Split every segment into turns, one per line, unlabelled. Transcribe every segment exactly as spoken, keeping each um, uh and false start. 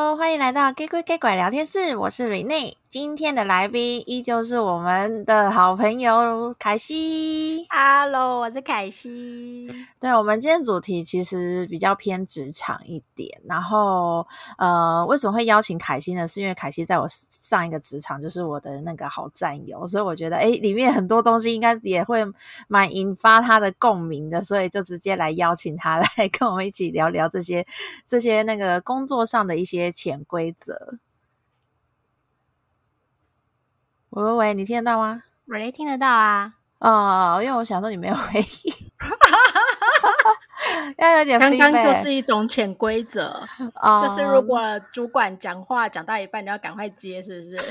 Hello， 欢迎来到 Gay 鬼 Gay 拐聊天室，我是 Renee。今天的来宾依旧是我们的好朋友凯西。
Hello， 我是凯西。
对，我们今天主题其实比较偏职场一点，然后呃，为什么会邀请凯西呢？是因为凯西在我上一个职场就是我的那个好战友，所以我觉得诶里面很多东西应该也会蛮引发他的共鸣的，所以就直接来邀请他来跟我们一起聊聊这些这些那个工作上的一些潜规则。喂喂喂，你听得到吗？
喂，听得到啊。
哦，因为我想说你没有回应。要有点 feedback。
刚刚就是一种潜规则、哦、就是如果主管讲话讲到一半你要赶快接，是不是？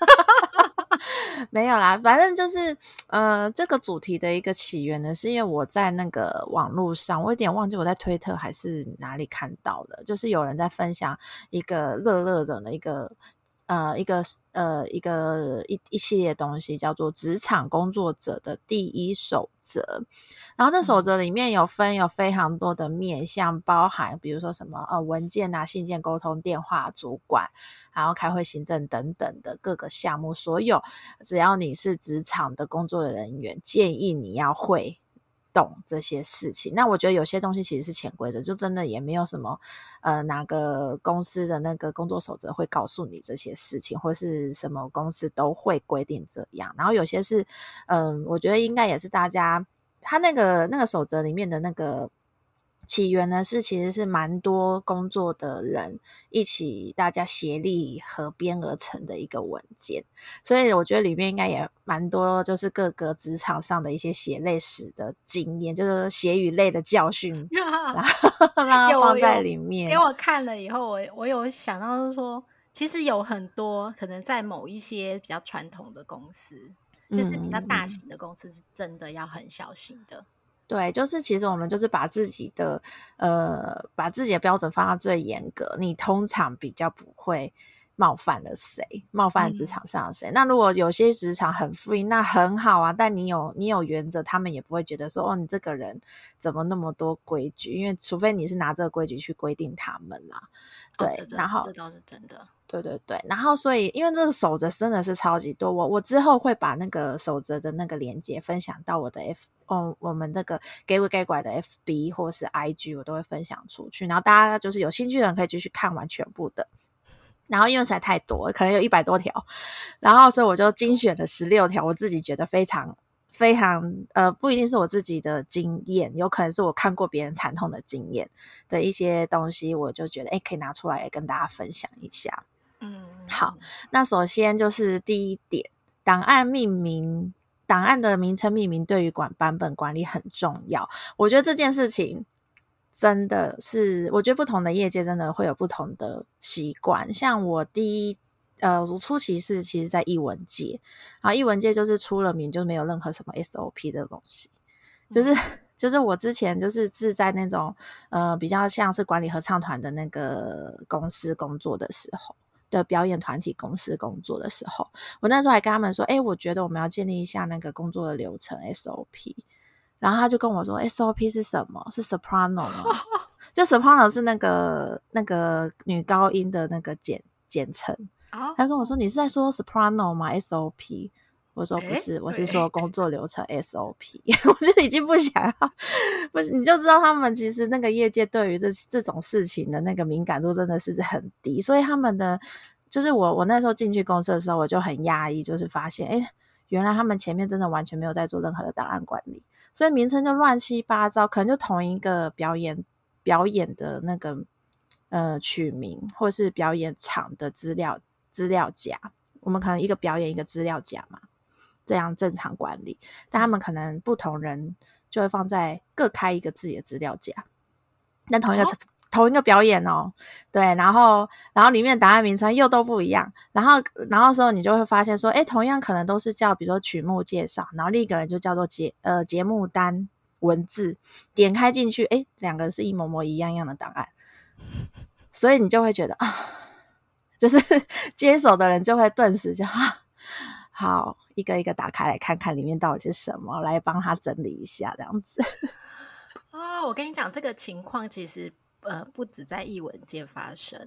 没有啦，反正就是呃，这个主题的一个起源呢，是因为我在那个网络上，我有点忘记我在推特还是哪里看到的，就是有人在分享一个乐乐的一个呃一个呃一个一一系列东西，叫做职场工作者的第一守则。然后这守则里面有分有非常多的面向，包含比如说什么呃文件啊、信件沟通、电话、主管，然后开会、行政等等的各个项目，所有只要你是职场的工作人员，建议你要会懂这些事情。那我觉得有些东西其实是潜规则，就真的也没有什么呃哪个公司的那个工作守则会告诉你这些事情，或是什么公司都会规定这样。然后有些是嗯、呃，我觉得应该也是大家他那个那个守则里面的那个起源呢，是其实是蛮多工作的人一起大家协力合编而成的一个文件，所以我觉得里面应该也蛮多就是各个职场上的一些血泪史的经验，就是血与泪的教训然后让它放在里面。
因为我看了以后我我有想到说其实有很多可能在某一些比较传统的公司、嗯、就是比较大型的公司是真的要很小心的。
对，就是其实我们就是把自己的呃，把自己的标准放到最严格，你通常比较不会冒犯了谁，冒犯职场上的谁、嗯、那如果有些职场很 free 那很好啊，但你有你有原则，他们也不会觉得说哦，你这个人怎么那么多规矩，因为除非你是拿这个规矩去规定他们啦。对、
哦、
然后
这倒是真的。
对对对，然后所以因为这个守则真的是超级多，我我之后会把那个守则的那个连结分享到我的 F 哦，我们那个给我给拐的 F B 或是 I G 我都会分享出去，然后大家就是有兴趣的人可以继续看完全部的。然后因为实在太多，可能有一百多条，然后所以我就精选了十六条，我自己觉得非常非常呃，不一定是我自己的经验，有可能是我看过别人惨痛的经验的一些东西，我就觉得诶可以拿出来跟大家分享一下。嗯，好，那首先就是第一点，档案命名，档案的名称命名对于管版本管理很重要。我觉得这件事情真的是，我觉得不同的业界真的会有不同的习惯。像我第一呃，我初期是其实在艺文界，然后艺文界就是出了名就没有任何什么 S O P 这个东西，就是就是我之前就是是在那种呃比较像是管理合唱团的那个公司工作的时候的表演团体公司工作的时候，我那时候还跟他们说诶我觉得我们要建立一下那个工作的流程 S O P， 然后他就跟我说 S O P 是什么？是 soprano 吗？就 soprano 是那个那个女高音的那个简简称。他跟我说你是在说 soprano 吗？ S O P？ 我说不是，我是说工作流程 S O P。 我就已经不想要，不是，你就知道他们其实那个业界对于这这种事情的那个敏感度真的是很低，所以他们的就是我我那时候进去公司的时候我就很压抑，就是发现诶原来他们前面真的完全没有在做任何的档案管理，所以名称就乱七八糟，可能就同一个表演表演的那个呃取名，或是表演场的资料资料夹，我们可能一个表演一个资料夹嘛，这样正常管理，但他们可能不同人就会放在各开一个自己的资料夹，但同一个、哦、同一个表演哦，对，然后然后里面档案名称又都不一样，然后然后时候你就会发现说诶同样可能都是叫比如说曲目介绍，然后另一个人就叫做节呃节目单文字，点开进去诶两个是一模模一样样的档案，所以你就会觉得啊，就是接手的人就会顿时就啊好一个一个打开来看看里面到底是什么，来帮他整理一下这样子。
哦，我跟你讲这个情况其实呃不止在艺文界发生，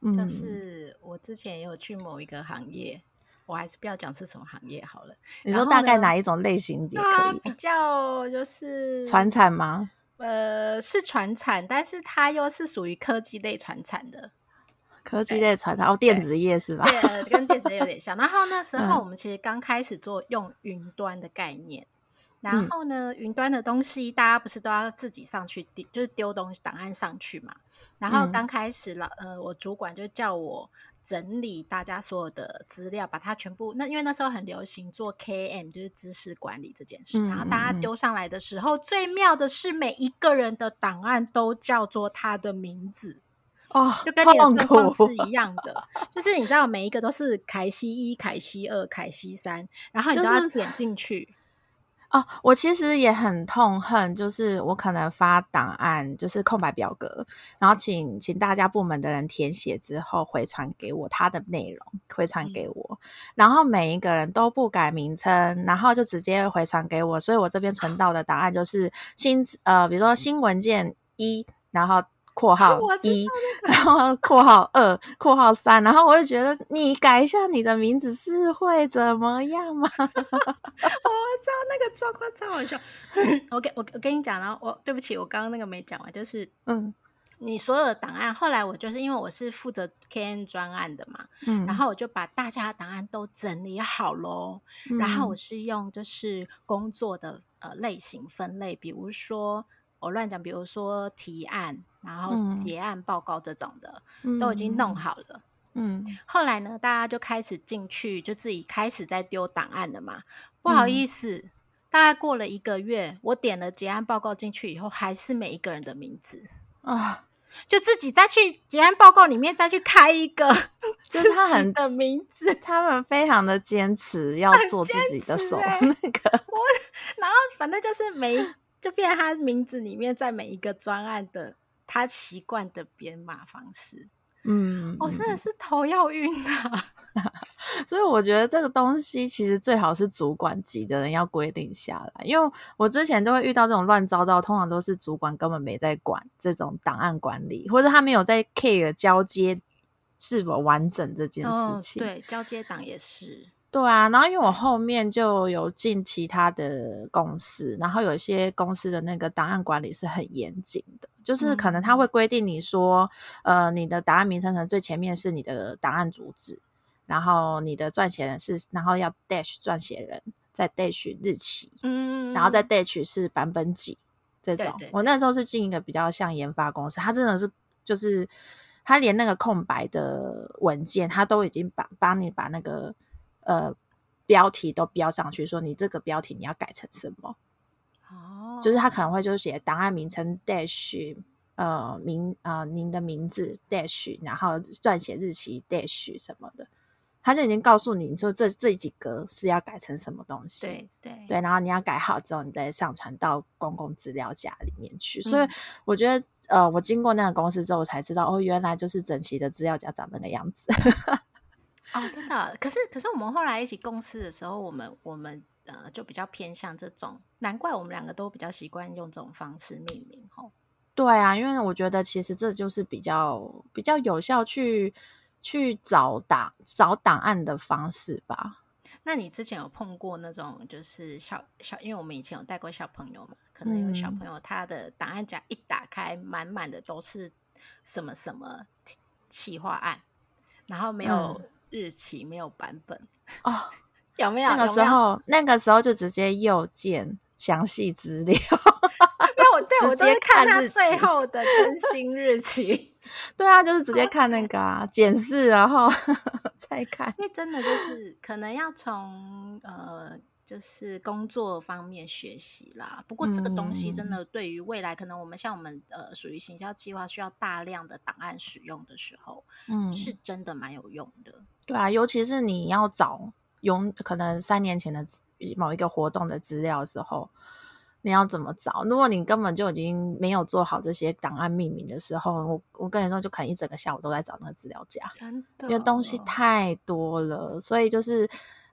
就
嗯，
是我之前也有去某一个行业，我还是不要讲是什么行业好了。
你说
然后呢，
大概哪一种类型也可
它比
以啊？
较就是
传产吗？
呃是传产，但是它又是属于科技类传产的。
科技
对
类传产哦，电
对
子业是吧？
对，呃，跟电子业有点像。然后那时候我
嗯
们其实刚开始做用云端的概念，然
嗯
后呢，云端的东西大家不是都要自己上去丢，就是丢东西档案上去嘛。然后
嗯
刚开始了，呃，我主管就叫我整理大家所有的资料，把它全部那因为那时候很流行做 K M， 就是知识管理这件事。然后大家
嗯嗯嗯，
丢上来的时候，最妙的是每一个人的档案都叫做他的名字。
哦，
就跟你的
痛
状况
苦
是一样的，就是你知道每一个都是凯西一、凯西二、凯西三，然后你
就是
都要点进去。
哦，我其实也很痛恨，就是我可能发档案，就是空白表格，然后请请大家部门的人填写之后回传给我他的内容，回传给我，然后每一个人都不改名称，然后就直接回传给我，所以我这边存到的档案就是新呃，比如说新文件一，然后括号
我知
一，
道那个，
然后括号二，括号三，然后我就觉得你改一下你的名字是会怎么样吗？
我知道那个状况超好笑。我跟我我跟你讲，然后我对不起，我刚刚那个没讲完，就是
嗯
你所有的档案，后来我就是因为我是负责 K N 专案的嘛，然
嗯
后我就把大家的档案都整理好咯。然后我
嗯
是用就是工作的呃类型分类，比如说我乱讲，比如说提案，然后
嗯
结案报告这种的，都已经弄
嗯
好了。
嗯
后来呢，大家就开始进去，就自己开始在丢档案了嘛。不好
嗯
意思，大概过了一个月，我点了结案报告进去以后，还是每一个人的名字。
啊，
就自己再去结案报告里面再去开一个
就是他
自己
很
的名字，
他们非常的坚持要做自己的手，
坚持欸
那个
然后反正就是每一就变成他名字里面在每一个专案的他习惯的编码方式。
嗯，
我、哦、真的是头要晕啊！
所以我觉得这个东西其实最好是主管级的人要规定下来，因为我之前都会遇到这种乱糟糟，通常都是主管根本没在管这种档案管理，或者他没有在 care 交接是否完整这件事情。
哦、对，交接档也是。
对啊，然后因为我后面就有进其他的公司，然后有一些公司的那个档案管理是很严谨的，就是可能他会规定你说，呃，你的档案名称可能最前面是你的档案主旨，然后你的撰写人是，然后要 dash 撰写人，再 dash 日期，
嗯，
然后再 dash 是版本几这种。
对对对
我那时候是进一个比较像研发公司，他真的是就是他连那个空白的文件，他都已经把帮你把那个呃标题都标上去，说你这个标题你要改成什么。
哦，
就是他可能会就写档案名称 dash 呃名呃您的名字 dash 然后撰写日期 dash 什么的，他就已经告诉你说这这几格是要改成什么东西。
对对
对，然后你要改好之后，你再上传到公共资料夹里面去。
嗯
所以我觉得，呃，我经过那个公司之后，我才知道，哦，原来就是整齐的资料夹长那个样子。
哦，真的。可是可是我们后来一起共事的时候，我们我们呃就比较偏向这种，难怪我们两个都比较习惯用这种方式命名吼。
对啊，因为我觉得其实这就是比较比较有效去去找档找档案的方式吧。
那你之前有碰过那种就是小小，因为我们以前有带过小朋友嘛，可能有小朋友他的档案夹一打开，满满的都是什么什么企划案，然后没有日期，嗯、没有版本
哦，
有没有？
那个时候那个时候就直接右键详细资料。
没有，我对我就是看他
日期
最后的更新日期。
对啊，就是直接看那个啊，检视，然后再看。
所以真的就是可能要从呃，就是工作方面学习啦。不过这个东西真的对于未来，可能我们像我们呃属于行销计划需要大量的档案使用的时候，
嗯，
是真的蛮有用的。
对啊，尤其是你要找用可能三年前的某一个活动的资料的时候。你要怎么找？如果你根本就已经没有做好这些档案命名的时候，我我跟你说，就可能一整个下午都在找那个资料夹，
真的，
因为东西太多了，所以就是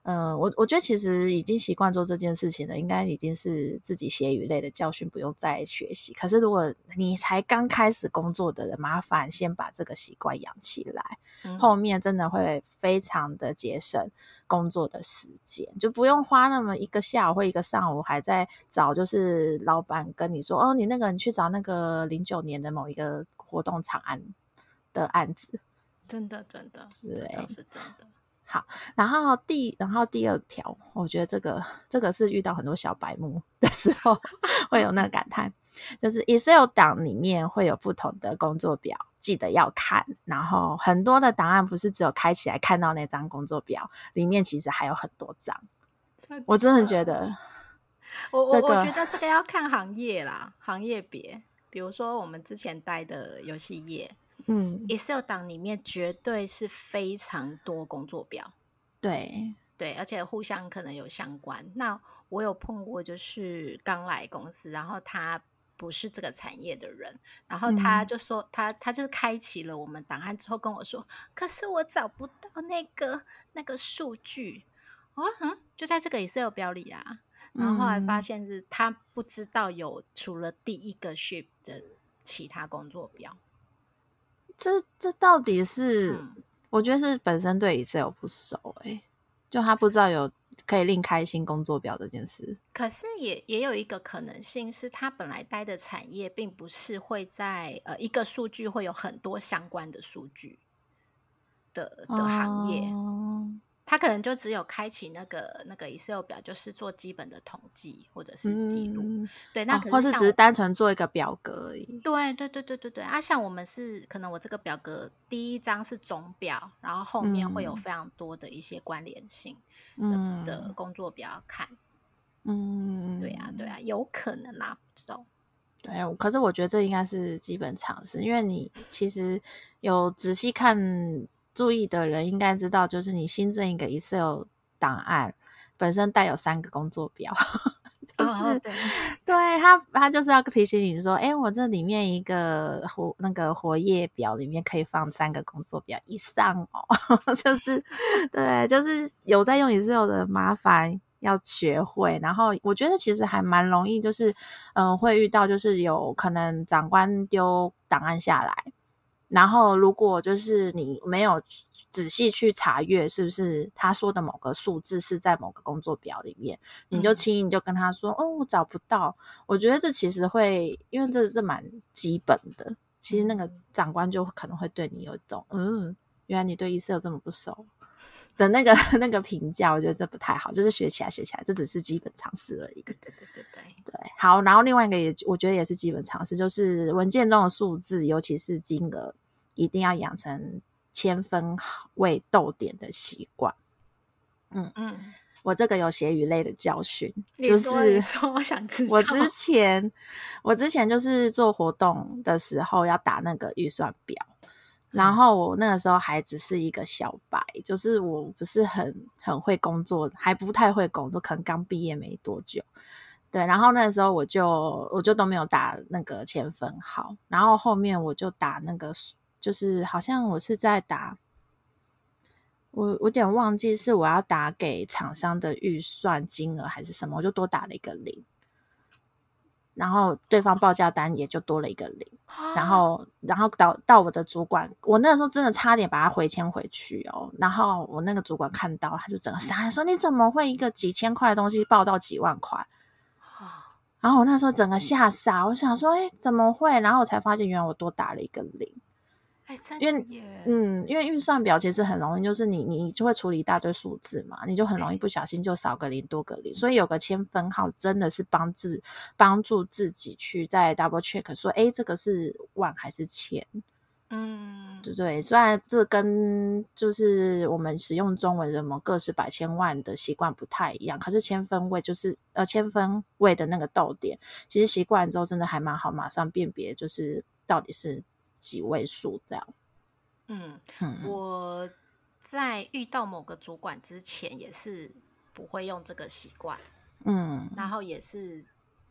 嗯，我我觉得其实已经习惯做这件事情了，应该已经是自己血与泪的教训，不用再学习。可是如果你才刚开始工作的人，麻烦先把这个习惯养起来，
嗯、
后面真的会非常的节省工作的时间，就不用花那么一个下午或一个上午还在找，就是老板跟你说，哦，你那个你去找那个零九年的某一个活动场案的案子，
真的真的，这倒是真的。
好，然后第然后第二条，我觉得这个这个是遇到很多小白目的时候会有那个感叹，就是 Excel 档里面会有不同的工作表，记得要看。然后很多的档案不是只有开起来看到那张工作表，里面其实还有很多张。我真的觉得，
我我我觉得这个要看行业啦，行业别，比如说我们之前待的游戏业。嗯 ，Excel 档里面绝对是非常多工作表，
对
对，而且互相可能有相关。那我有碰过，就是刚来公司，然后他不是这个产业的人，然后他就说、嗯、他他就开启了我们档案之后跟我说，可是我找不到那个那个数据，哦嗯，就在这个 Excel 表里啊。然后后来发现是他不知道有除了第一个 sheet 的其他工作表。
这这到底是、嗯、我觉得是本身对 Excel 不熟欸，就他不知道有可以另开新工作表这件事。
可是也也有一个可能性是他本来待的产业并不是会在呃一个数据会有很多相关的数据的的行业、哦，他可能就只有开启那个那个 Excel 表，就是做基本的统计或者是记录、嗯，对，那可是、
哦、或是只是单纯做一个表格而已。
对对对对对对啊，像我们是可能我这个表格第一张是总表，然后后面会有非常多的一些关联性的、嗯、的工作表要看。嗯，对啊对啊，有可能啊，不知道。
对，可是我觉得这应该是基本常识，因为你其实有仔细看注意的人应该知道，就是你新增一个 Excel 档案本身带有三个工作表，就是、哦、对, 对他他就是要提醒你说，哎，我这里面一个活那个活页表里面可以放三个工作表以上哦，就是对，就是有在用 Excel 的麻烦要学会。然后我觉得其实还蛮容易，就是嗯、呃，会遇到就是有可能长官丢档案下来，然后如果就是你没有仔细去查阅是不是他说的某个数字是在某个工作表里面，你就轻易就跟他说、嗯、哦我找不到。我觉得这其实会，因为这是蛮基本的，其实那个长官就可能会对你有一种嗯，原来你对 Excel 这么不熟的那个那个评价，我觉得这不太好，就是学起来学起来，这只是基本常识而已。
对对对对对
对，好，然后另外一个也我觉得也是基本常识，就是文件中的数字，尤其是金额，一定要养成千分位逗点的习惯。嗯嗯，我这个有血与泪的教训，就是
你说我想知道，
我之前我之前就是做活动的时候要打那个预算表。然后我那个时候还只是一个小白，就是我不是很很会工作，还不太会工作，可能刚毕业没多久。对，然后那个时候我就我就都没有打那个千分号，然后后面我就打那个，就是好像我是在打，我我有点忘记是我要打给厂商的预算金额还是什么，我就多打了一个零。然后对方报价单也就多了一个零，然后然后到到我的主管，我那个时候真的差点把它回签回去哦。然后我那个主管看到，他就整个傻眼说：“你怎么会一个几千块的东西报到几万块？”然后我那时候整个吓傻，我想说：“哎，怎么会？”然后我才发现，原来我多打了一个零。
哎，真的耶！
因为嗯，因为预算表其实很容易，就是你你就会处理一大堆数字嘛，你就很容易不小心就少个零多个零，所以有个千分号真的是帮自帮助自己去再 double check 说，哎，这个是万还是千？嗯，对对，虽然这跟就是我们使用中文什么个十百千万的习惯不太一样，可是千分位就是呃千分位的那个逗点，其实习惯之后真的还蛮好，马上辨别就是到底是几位数这样。
嗯，我在遇到某个主管之前也是不会用这个习惯，嗯，然后也是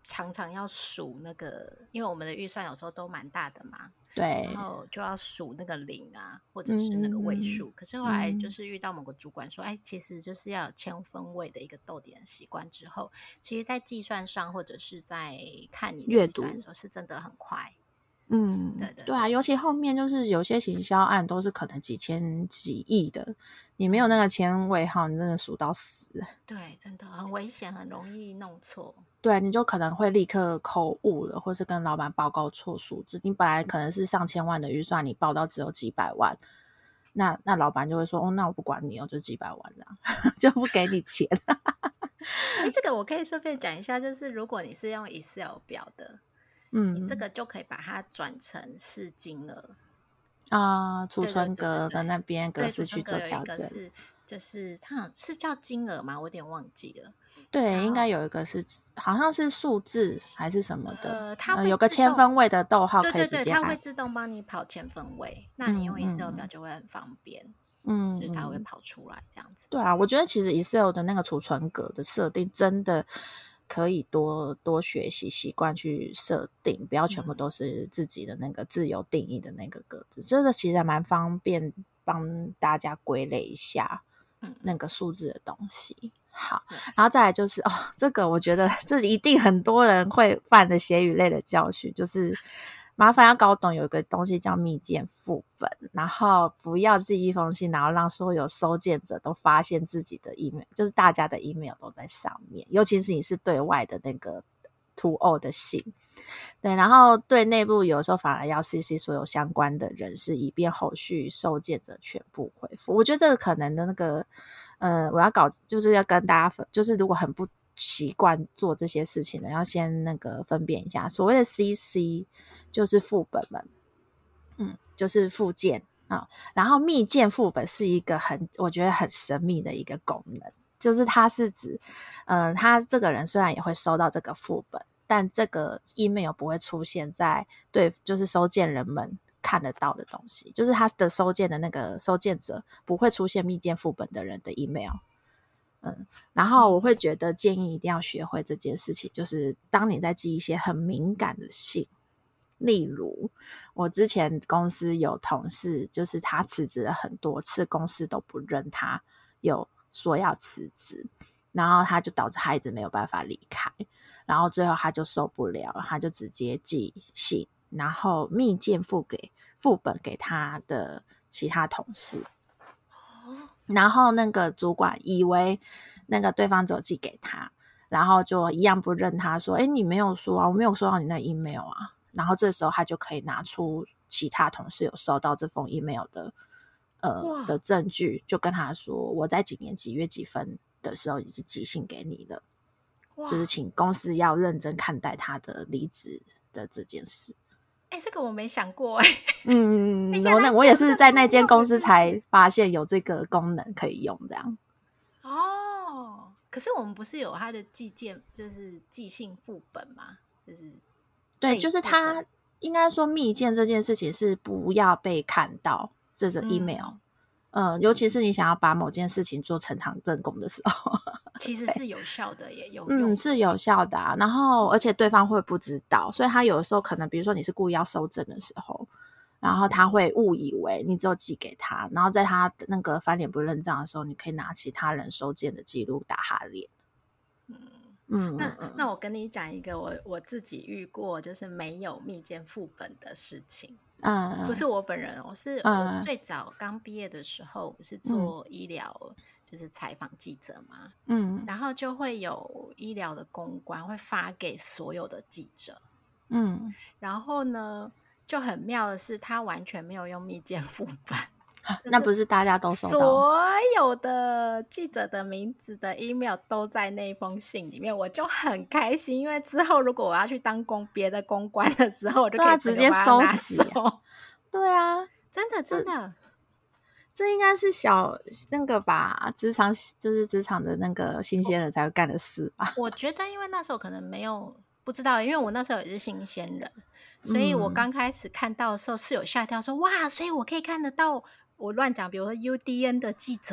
常常要数那个，因为我们的预算有时候都蛮大的嘛，
对，
然后就要数那个零啊，或者是那个位数。
嗯、
可是后来就是遇到某个主管说，哎，其实就是要有千分位的一个逗点的习惯之后，其实在计算上或者是在看你的
阅读
预算的时候，是真的很快。
嗯，
对对
对啊，尤其后面就是有些行销案都是可能几千几亿的，你没有那个千位号，你真的数到死。
对，真的很危险，很容易弄错。
对，你就可能会立刻口误了，或是跟老板报告错数字。你本来可能是上千万的预算，你报到只有几百万，那那老板就会说：“哦，那我不管你哦，就几百万这样，就不给你钱。”
哎，这个我可以顺便讲一下，就是如果你是用 Excel 表的，
嗯，
你这个就可以把它转成是金额
啊，储
对对
存
对对对
格的那边格
对，
式去
储存格有一
做调整。
个是，就是它好像是叫金额吗？我有点忘记了。
对，
然后
应该有一个是好像是数字还是什么的，
呃，它
呃，
会
有个
自动
千分位的逗号可以
对对对，它会
直接按。
自动帮你跑千分位，那你用
嗯
Excel
嗯
表就会很方便，
嗯
就是它会
嗯，
跑出来这样子。
对啊，我觉得其实 Excel 的那个储存格的设定真的可以多多学习习惯去设定，不要全部都是自己的那个自由定义的那个格子，这个其实还蛮方便帮大家归类一下那个数字的东西。好，然后再来就是哦，这个我觉得这一定很多人会犯的血语类的教训，就是麻烦要搞懂有一个东西叫密件副本，然后不要寄一封信，然后让所有收件者都发现自己的 email， 就是大家的 email 都在上面，尤其是你是对外的那个 to all 的信。对，然后对内部有时候反而要 C C 所有相关的人士，以便后续收件者全部回复。我觉得这个可能的那个，呃，我要搞就是要跟大家分，就是如果很不习惯做这些事情的，要先那个分辨一下，所谓的 C C 就是副本们，嗯，就是附件啊，然后密件副本是一个很我觉得很神秘的一个功能，就是它是指，呃，他这个人虽然也会收到这个副本。但这个 email 不会出现在对，就是收件人们看得到的东西，就是他的收件的那个收件者不会出现密件副本的人的 email。嗯，然后我会觉得建议一定要学会这件事情，就是当你在寄一些很敏感的信，例如我之前公司有同事，就是他辞职了很多次，公司都不认他有说要辞职，然后他就导致他一直没有办法离开。然后最后他就受不了，他就直接寄信，然后密件付给副本给他的其他同事，然后那个主管以为那个对方只有寄给他，然后就一样不认他，说：“哎，你没有说啊，我没有收到你那 email 啊。”然后这时候他就可以拿出其他同事有收到这封 email 的呃的证据，就跟他说：“我在几年几月几分的时候已经寄信给你了。”就是请公司要认真看待他的离职的这件事。
哎、欸，这个我没想过哎、欸。
嗯，我那我也是在那间公司才发现有这个功能可以用，这样。
哦，可是我们不是有他的寄件，就是寄信副本吗？就是
对，就是他应该说密件这件事情是不要被看到这个 email。嗯嗯、呃，尤其是你想要把某件事情做呈堂证供的时候，
其实是有效的，也有
嗯是有效的啊。然后而且对方会不知道，所以他有的时候可能，比如说你是故意要收证的时候，然后他会误以为你只有寄给他，然后在他那个翻脸不认账的时候，你可以拿其他人收件的记录打他脸。
嗯
嗯，
那那我跟你讲一个我我自己遇过就是没有密件副本的事情。嗯，不是我本人，我是我最早刚毕业的时候，我是做医疗，嗯、就是采访记者嘛，嗯，然后就会有医疗的公关会发给所有的记者，嗯，然后呢，就很妙的是，他完全没有用密件副本。
那不是大家都收到？
所有的记者的名字的 email 都在那封信里面，我就很开心，因为之后如果我要去当公别的公关的时候，我就可以
直接收集。对啊，
真的真的，
这, 这应该是小那个吧，职场就是职场的那个新鲜人才会干的事吧。
我觉得因为那时候可能没有不知道，因为我那时候也是新鲜人，所以我刚开始看到的时候是有吓跳说，哇，所以我可以看得到。我乱讲，比如说 U D N 的记者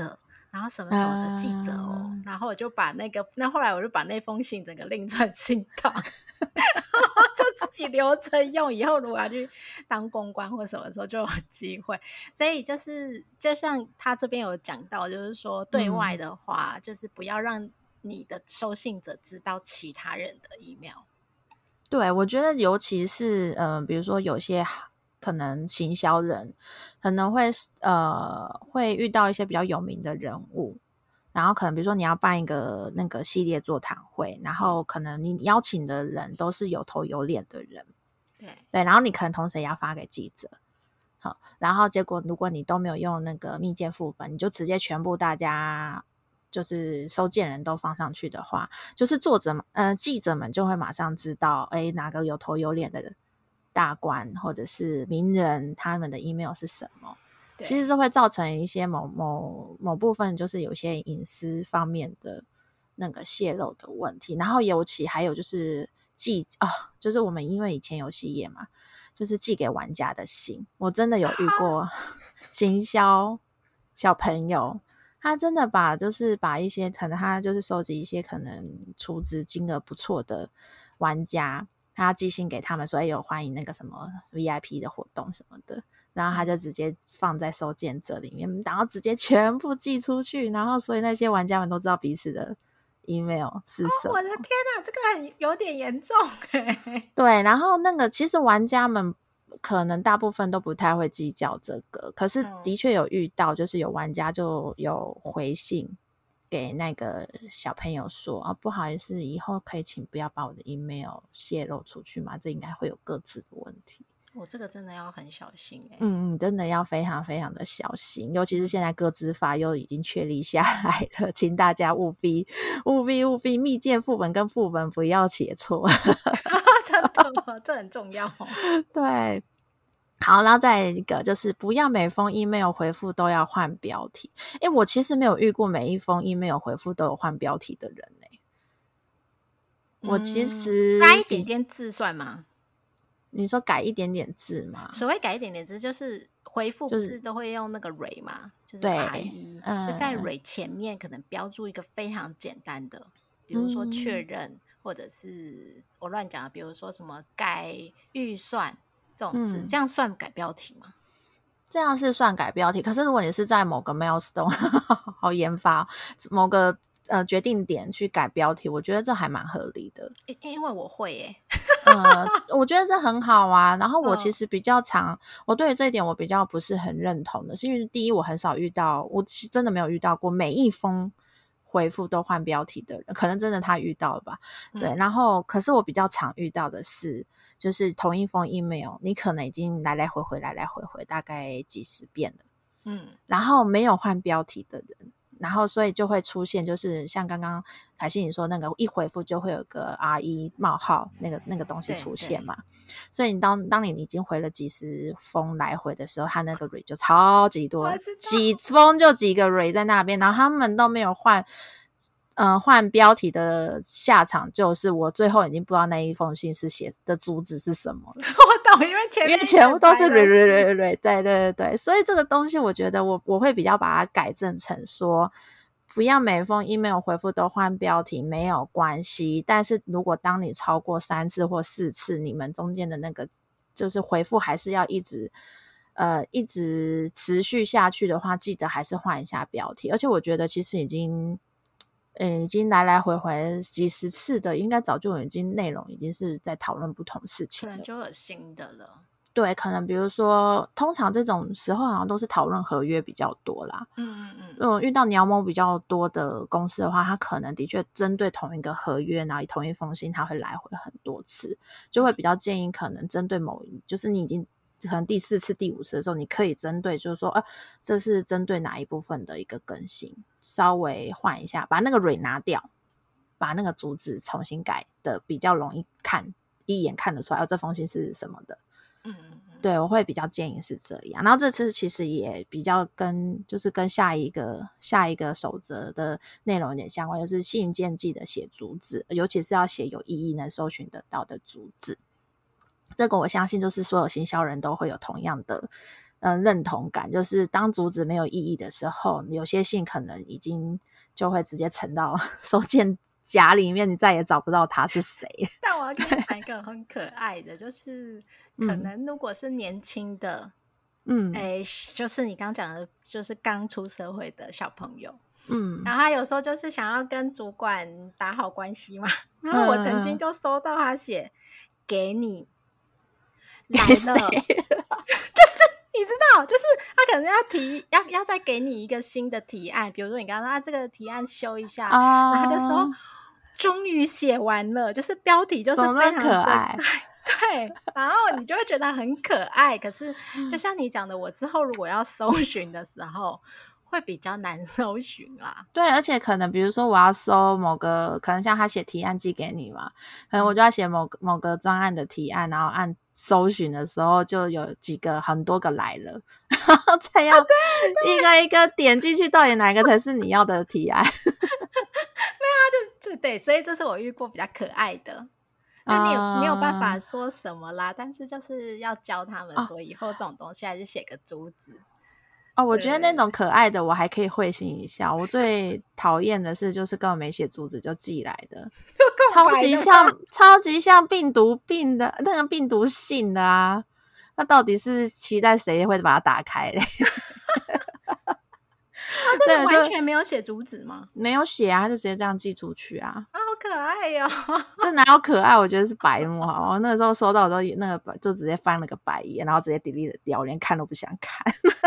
然后什么什么的记者哦，
嗯、
然后我就把那个，那后来我就把那封信整个另传信档，就自己留着用，以后如果要去当公关或什么时候就有机会。所以就是就像他这边有讲到，就是说对外的话，嗯、就是不要让你的收信者知道其他人的 email。
对，我觉得尤其是嗯、呃，比如说有些可能行销人可能会呃会遇到一些比较有名的人物，然后可能比如说你要办一个那个系列座谈会，然后可能你邀请的人都是有头有脸的人，
对
对，然后你可能同时也要发给记者，好，然后结果如果你都没有用那个密件副本，你就直接全部大家就是收件人都放上去的话，就是作者呃记者们就会马上知道，哎，哪个有头有脸的大官或者是名人，他们的 email 是什么。其实这会造成一些某某某部分就是有些隐私方面的那个泄露的问题，然后尤其还有就是寄啊，就是我们因为以前游戏业嘛，就是寄给玩家的信，我真的有遇过行销小朋友，他真的把就是把一些可能他就是收集一些可能储值金额不错的玩家，他要寄信给他们，所以有欢迎那个什么 V I P 的活动什么的，然后他就直接放在收件者里面，然后直接全部寄出去，然后所以那些玩家们都知道彼此的 email 是什么。
哦、我的天哪，这个很有点严重耶。
对，然后那个其实玩家们可能大部分都不太会计较这个，可是的确有遇到，就是有玩家就有回信给那个小朋友说啊，不好意思，以后可以请不要把我的 email 泄露出去吗？这应该会有各自的问题。
我、哦、这个真的要很小心哎、欸，
嗯，真的要非常非常的小心，尤其是现在个资法又已经确立下来了，请大家务必务必务必密件副本跟副本不要写错，
真的，这很重要、哦。
对。好，然后再一个就是不要每封 email 回复都要换标题。诶，我其实没有遇过每一封 email 回复都有换标题的人欸。我其实
加、嗯、一点点字算吗？
你说改一点点字吗？
所谓改一点点字，就是回复不是都会用那个 re 嘛，就是 R 一、嗯，就在 re 前面可能标注一个非常简单的，比如说确认，嗯、或者是我乱讲，比如说什么改预算这种字，嗯、这样算改标题吗？
这样是算改标题，可是如果你是在某个 milestone 好研发某个呃决定点去改标题，我觉得这还蛮合理的。
因为我会耶、
欸，呃，我觉得这很好啊。然后我其实比较常，嗯、我对于这一点我比较不是很认同的，是因为第一我很少遇到，我真的没有遇到过每一封回复都换标题的人，可能真的他遇到了吧。嗯、对，然后可是我比较常遇到的是，就是同一封 email 你可能已经来来回回来来回回大概几十遍了，嗯，然后没有换标题的人，然后所以就会出现就是像刚刚凯西你说那个一回复就会有个 R 一 冒号那个那个东西出现嘛，所以你当当你已经回了几十封来回的时候，他那个 re 就超级多，几封就几个 re 在那边，然后他们都没有换嗯，换标题的下场就是我最后已经不知道那一封信是写的主旨是什么了。
我懂，因为前面
因为全部都是 re re re re， 对对对对，所以这个东西我觉得我我会比较把它改正成说，不要每封 email 回复都换标题没有关系，但是如果当你超过三次或四次，你们中间的那个就是回复还是要一直呃一直持续下去的话，记得还是换一下标题。而且我觉得其实已经嗯，已经来来回回几十次的，应该早就已经内容已经是在讨论不同事情了，
可能就有新的了。
对，可能比如说，通常这种时候好像都是讨论合约比较多啦。嗯嗯嗯。如果遇到鸟某比较多的公司的话，他可能的确针对同一个合约，然后同一封信，他会来回很多次，就会比较建议可能针对某一，就是你已经可能第四次、第五次的时候，你可以针对就是说，呃，这是针对哪一部分的一个更新，稍微换一下，把那个 re 拿掉，把那个主旨重新改的比较容易看，一眼看得出来，哦，这封信是什么的。嗯嗯嗯，对，我会比较建议是这样。然后这次其实也比较跟就是跟下一个下一个守则的内容有点相关，就是信件记得写主旨，尤其是要写有意义能搜寻得到的主旨。这个我相信就是所有行销人都会有同样的嗯认同感，就是当主旨没有意义的时候，有些信可能已经就会直接沉到收件夹里面，你再也找不到他是谁。
但我要跟你讲一个很可爱的，就是可能如果是年轻的，嗯，哎，就是你刚刚讲的，就是刚出社会的小朋友，嗯，然后他有时候就是想要跟主管打好关系嘛，然后我曾经就收到他写、嗯、给你来了，就是你知道，就是他可能要提要要再给你一个新的提案，比如说你刚刚说啊这个提案修一下，哦、然后他就说终于写完了，就是标题就是非常
可爱。
对，然后你就会觉得很可爱，可是就像你讲的，我之后如果要搜寻的时候会比较难搜寻啦。
对，而且可能比如说我要搜某个，可能像他写提案寄给你嘛，可能我就要写某个某个专案的提案，然后按搜寻的时候就有几个很多个来了，然后再要一个一个点进去，到底哪个才是你要的提案？
没有啊，就对，所以这是我遇过比较可爱的。就你也没有办法说什么啦、uh, 但是就是要教他们说以后这种东西还是写个主旨。
哦，我觉得那种可爱的我还可以会心一笑，我最讨厌的是就是根本没写主旨就寄来的超级像超级像病毒病的那个病毒信的啊，那到底是期待谁会把它打开嘞？
他说你完全没有写主旨吗？
没有写啊，他就直接这样寄出去啊！
啊，好可爱哟、哦！
这哪有可爱？我觉得是白目好吗？那个时候收到的时候，那个就直接翻了个白眼，然后直接 delete 掉，我连看都不想看。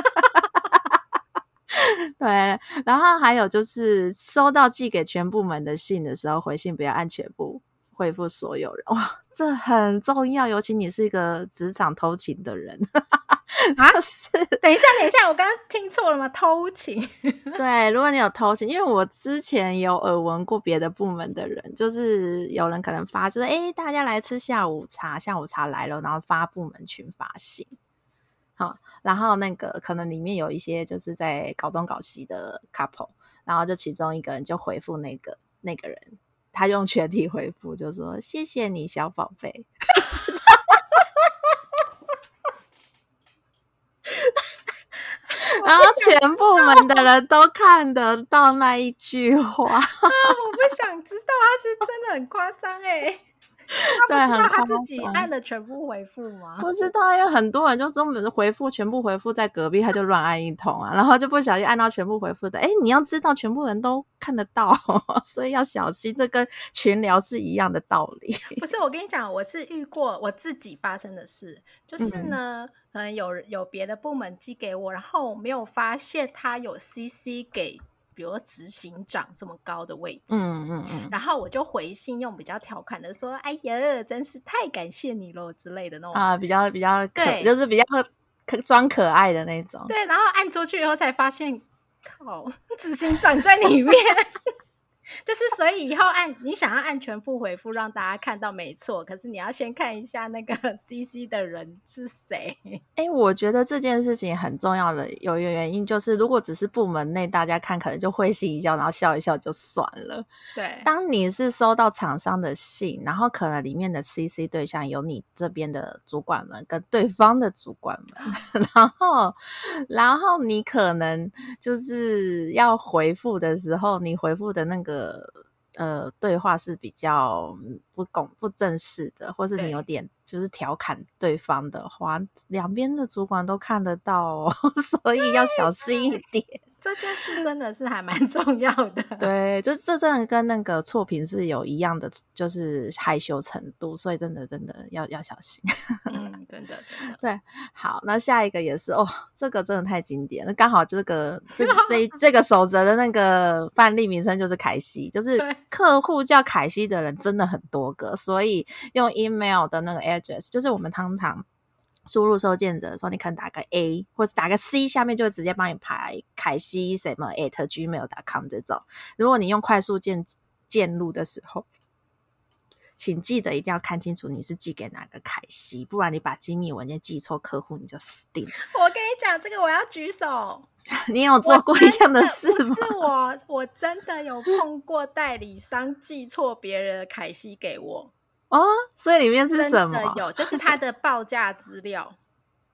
对，然后还有就是收到寄给全部门的信的时候，回信不要按全部，回复所有人。哇，这很重要，尤其你是一个职场偷情的人。
啊，是等一下等一下我刚刚听错了吗？偷情
对，如果你有偷情，因为我之前有耳闻过别的部门的人，就是有人可能发就是诶大家来吃下午茶，下午茶来了，然后发部门群发信，好，然后那个可能里面有一些就是在搞东搞西的 couple， 然后就其中一个人就回复那个那个人，他用全体回复就说谢谢你小宝贝。然后全部门的人都看得到那一句话啊！
我不想知道，他是真的很夸张哎。他不知道他自己按了全部回复吗？
不知道，因为很多人就根本是回复全部回复在隔壁，他就乱按一通啊，然后就不小心按到全部回复的。哎，你要知道全部人都看得到，所以要小心，这跟群聊是一样的道理。
不是，我跟你讲，我是遇过我自己发生的事，就是呢，可能、嗯、有有别的部门寄给我，然后我没有发现他有 C C 给。比如说执行长这么高的位置，嗯嗯嗯，然后我就回信用比较调侃的说：“哎呀，真是太感谢你了”之类的那种
啊，比较比较可，对，就是比较可装可爱的那种。
对，然后按出去以后才发现，靠，执行长在里面。就是所以以后按你想要按全部回复让大家看到没错，可是你要先看一下那个 C C 的人是谁。
哎、欸，我觉得这件事情很重要的有一个原因就是如果只是部门内大家看可能就会心一笑然后笑一笑就算了，
对，
当你是收到厂商的信，然后可能里面的 C C 对象有你这边的主管们跟对方的主管们然后然后你可能就是要回复的时候你回复的那个呃，对话是比较不公不正式的，或是你有点就是调侃对方的话，两边的主管都看得到哦，所以要小心一点。
这件事真的是还蛮重要的。
对，就这真的跟那个错评是有一样的，就是害羞程度，所以真的真的要要小心。
嗯，真的真的。
对，好，那下一个也是哦，这个真的太经典了，刚好这个这这这个守则的那个范例名称就是凯西，就是客户叫凯西的人真的很多个，所以用 email 的那个 address， 就是我们通常输入收件者的时候，你可能打个 A 或是打个 C， 下面就会直接帮你排凯西什么 at gmail dot com 这种。如果你用快速键键入的时候，请记得一定要看清楚你是寄给哪个凯西，不然你把机密文件寄错客户，你就死定了。
我跟你讲，这个我要举手。
你有做过一样的事吗？
不是我，我真的有碰过代理商寄错别人的凯西给我。
哦，所以里面是什么？
真的有，就是他的报价资料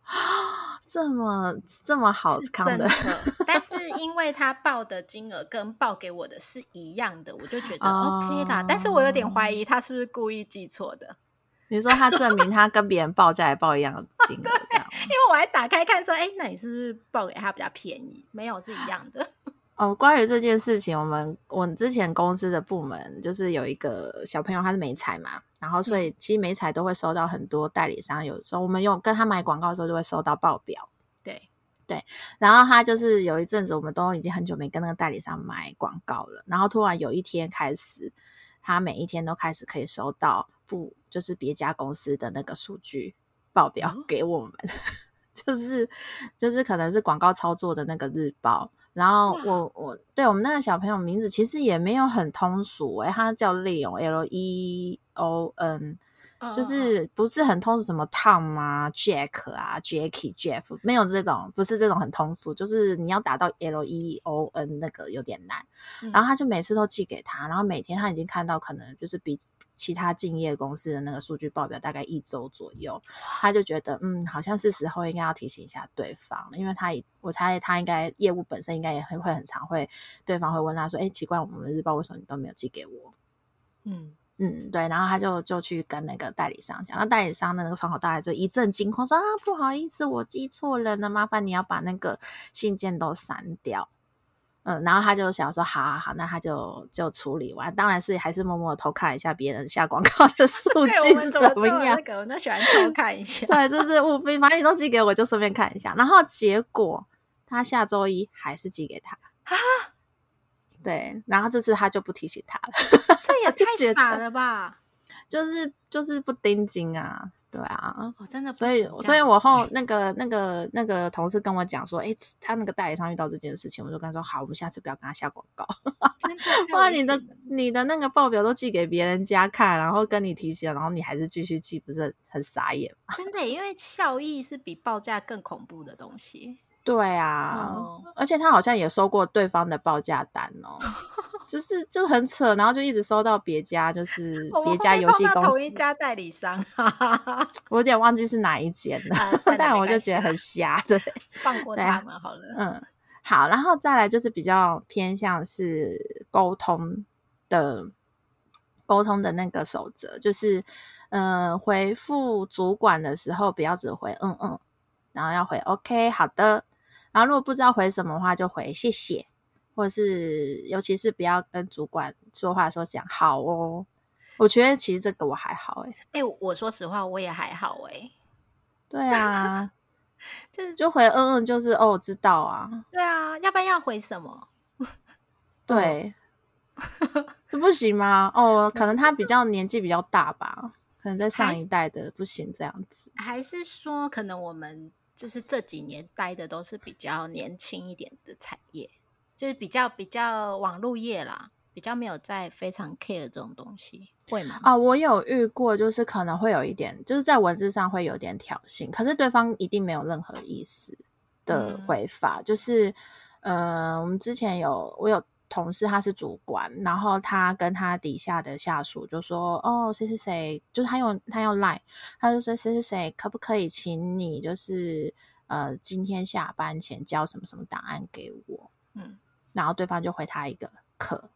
这么这么好康的，
是真的但是因为他报的金额跟报给我的是一样的，我就觉得 OK 啦、
哦
但是我有点怀疑他是不是故意记错的，
你说他证明他跟别人报价也报一样的金额，这样吗？
因为我还打开看说，哎，那你是不是报给他比较便宜？没有，是一样的。
哦，关于这件事情，我们我之前公司的部门就是有一个小朋友，他是美彩嘛，然后所以其实美彩都会收到很多代理商，有时候我们用跟他买广告的时候就会收到报表。
对
对，然后他就是有一阵子我们都已经很久没跟那个代理商买广告了，然后突然有一天开始，他每一天都开始可以收到不就是别家公司的那个数据报表给我们，嗯、就是就是可能是广告操作的那个日报。然后我我对我们那个小朋友名字其实也没有很通俗诶、欸，他叫 Leon L E O N， 就是不是很通俗，什么 Tom 啊 Jack 啊 Jackie Jeff 没有这种，不是这种很通俗，就是你要打到 L E O N 那个有点难。嗯、然后他就每次都寄给他，然后每天他已经看到可能就是比其他竞业公司的那个数据报表大概一周左右，他就觉得嗯，好像是时候应该要提醒一下对方，因为他我猜他应该业务本身应该也会很常会对方会问他说，哎，奇怪，我们日报为什么你都没有寄给我？嗯嗯，对，然后他就就去跟那个代理商讲，那代理商的那个窗口大概就一阵惊慌说啊，不好意思，我记错人了，麻烦你要把那个信件都删掉。嗯，然后他就想说，好好好，那他就就处理完，当然是还是默默的偷看一下别人下广告的数据是怎么样。
那个我那喜欢偷看一下，
对，就是务必，反正你都寄给我，就顺便看一下。然后结果他下周一还是寄给他啊，对，然后这次他就不提醒他了，
这也太傻了吧？
就是就是不盯紧啊。对啊，
我、哦、真的不，
所以所以我后那个那个那个同事跟我讲说，哎，他那个代理商遇到这件事情，我就跟他说，好，我们下次不要跟他下广告。
真的，
哇，你的你的那个报表都寄给别人家看，然后跟你提醒，然后你还是继续寄，不是很很傻眼吗？
真的，因为效益是比报价更恐怖的东西。
对啊、哦，而且他好像也收过对方的报价单哦。就是就很扯，然后就一直收到别家，就是别家游戏公司
同一家代理商，
我有点忘记是哪一间了，啊、但我就觉得很瞎，对，
放过他们好了。
嗯，好，然后再来就是比较偏向是沟通的沟通的那个守则，就是嗯、呃，回复主管的时候不要只回嗯嗯，然后要回 OK 好的，然后如果不知道回什么的话就回谢谢。或者是尤其是不要跟主管说话的时候讲好哦，我觉得其实这个我还好哎、
欸。哎、欸，我说实话我也还好哎、欸。
对啊，
就是
就回嗯嗯，就是哦我知道啊。
对啊，要不然要回什么？
对，这不行吗？哦，可能他比较年纪比较大吧，可能在上一代的不行这样子。
还是说，可能我们就是这几年待的都是比较年轻一点的产业？就是比较比较网络业啦，比较没有在非常 care 这种东西，会吗？
啊，我有遇过，就是可能会有一点，就是在文字上会有点挑衅，可是对方一定没有任何意思的回法。嗯、就是呃，我们之前有我有同事他是主管，然后他跟他底下的下属就说，哦，谁谁谁，就是他用他用 Line， 他就说谁谁谁可不可以请你就是呃今天下班前交什么什么档案给我，嗯。然后对方就回他一个可，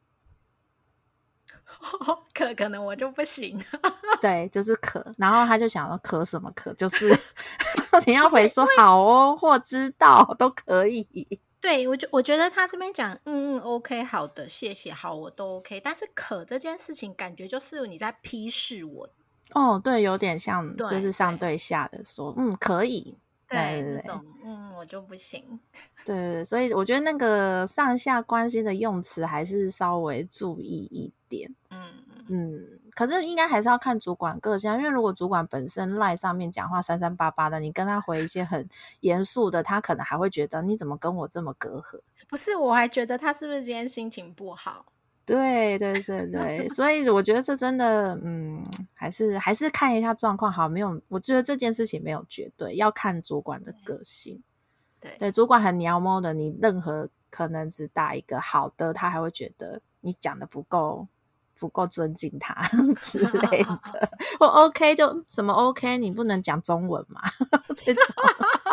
可可能我就不行，
对，就是可。然后他就想说可什么可，就是你要回说好哦或知道都可以。
对，我就我觉得他这边讲嗯嗯 OK 好的谢谢好我都 OK， 但是可这件事情感觉就是你在批示我。
哦，对，有点像就是上对下的说嗯可以。
对, 对, 对那种嗯我就不行。
对，所以我觉得那个上下关系的用词还是稍微注意一点。嗯嗯，可是应该还是要看主管个性，因为如果主管本身赖上面讲话三三八八的，你跟他回一些很严肃的，他可能还会觉得你怎么跟我这么隔阂？
不是，我还觉得他是不是今天心情不好？
对对对对，所以我觉得这真的，嗯，还是还是看一下状况好，没有，我觉得这件事情没有绝对，要看主管的个性。对对，主管很鸟猫的，你任何可能只打一个好的，他还会觉得你讲的不够不够尊敬他之类的。或 OK 就什么 OK， 你不能讲中文嘛？这种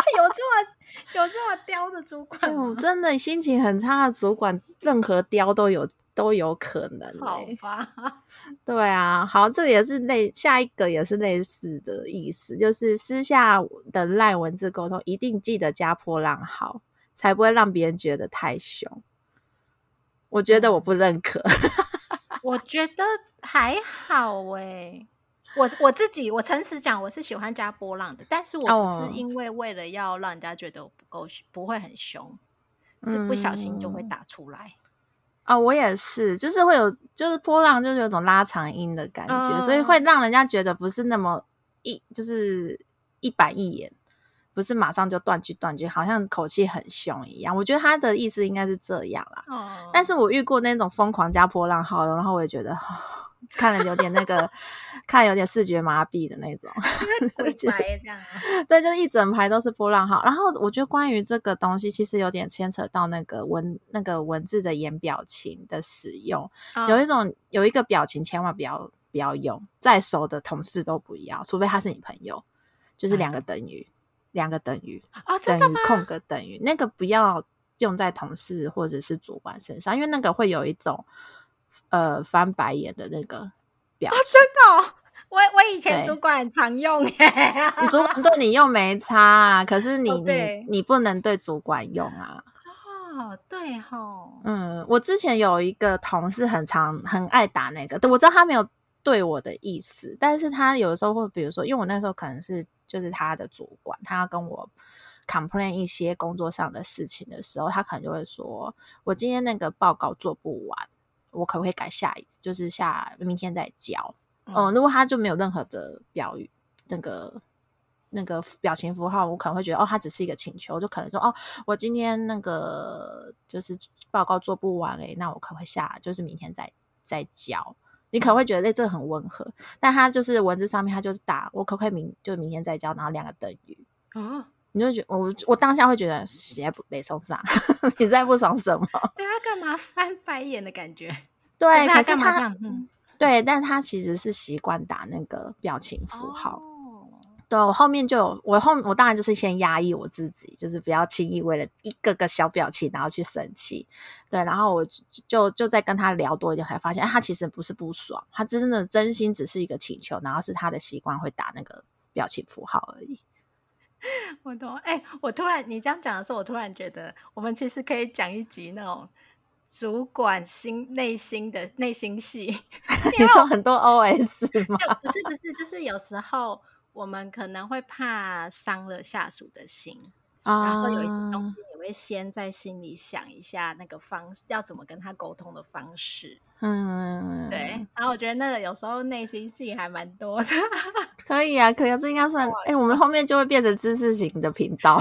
有这么有这么刁的主管吗？
哎呦，真的心情很差的主管，任何刁都有都有可能、欸。
好吧，
对啊，好，这也是类下一个也是类似的意思，就是私下的赖文字沟通，一定记得加波浪号，才不会让别人觉得太凶。我觉得我不认可。
嗯、我觉得还好哎、欸。我我自己，我诚实讲，我是喜欢加波浪的，但是我不是因为为了要让人家觉得我不够不会很凶，是不小心就会打出来。
啊、哦，我也是，就是会有，就是波浪，就是有种拉长音的感觉，
嗯、
所以会让人家觉得不是那么一，就是一板一眼，不是马上就断句断句，好像口气很凶一样。我觉得他的意思应该是这样啦。
嗯、
但是我遇过那种疯狂加波浪号的，然后我也觉得、哦、看了有点那个，看了有点视觉麻痹的那种，
鬼白这样、啊。
对，就是一整排都是波浪号。然后我觉得关于这个东西，其实有点牵扯到那个文那个文字的言表情的使用，
哦、
有一种有一个表情千万不要不要用，再熟的同事都不要，除非他是你朋友，就是两个等于两个等于
哦，真的吗？
等于空格等于那个不要用在同事或者是主管身上，因为那个会有一种呃翻白眼的那个表情。
哦、真的、哦。我我以前主管常用耶，
你主管对你又没差啊，可是你、
哦、
你你不能对主管用啊。
哦，对吼，
嗯，我之前有一个同事很常很爱打那个，我知道他没有对我的意思，但是他有的时候会，比如说，因为我那时候可能是就是他的主管，他要跟我 complain 一些工作上的事情的时候，他可能就会说，我今天那个报告做不完，我可不可以改下，就是下明天再交。嗯，如果他就没有任何的表语，那个那个表情符号，我可能会觉得哦，他只是一个请求，就可能说哦，我今天那个就是报告做不完诶、欸，那我可不可以下，就是明天再再交？你可能会觉得哎、欸，这个很温和，但他就是文字上面他就是打我可不可以明就明天再交，然后两个等于。哦，你就觉得我我当下会觉得写不没送上，你在不爽什么？
对他干嘛翻白眼的感觉？
对，
可是他干嘛这样？
嗯。对，但他其实是习惯打那个表情符号。
哦、
对，我后面就有，我后我当然就是先压抑我自己，就是不要轻易为了一个个小表情然后去生气。对，然后我就就再跟他聊多一点，才发现、哎、他其实不是不爽，他真的真心只是一个请求，然后是他的习惯会打那个表情符号而已。
我懂，哎、欸，我突然你这样讲的时候，我突然觉得我们其实可以讲一集那种主管心内心的内心戏。
你说很多 O S 吗？
就不是不是，就是有时候我们可能会怕伤了下属的心，啊、然后有一些东西你会先在心里想一下那个方式，要怎么跟他沟通的方式。嗯，对。然后我觉得那个有时候内心戏还蛮多的。
可以啊，可以啊，这应该算。哎、欸，我们后面就会变成知识型的频道。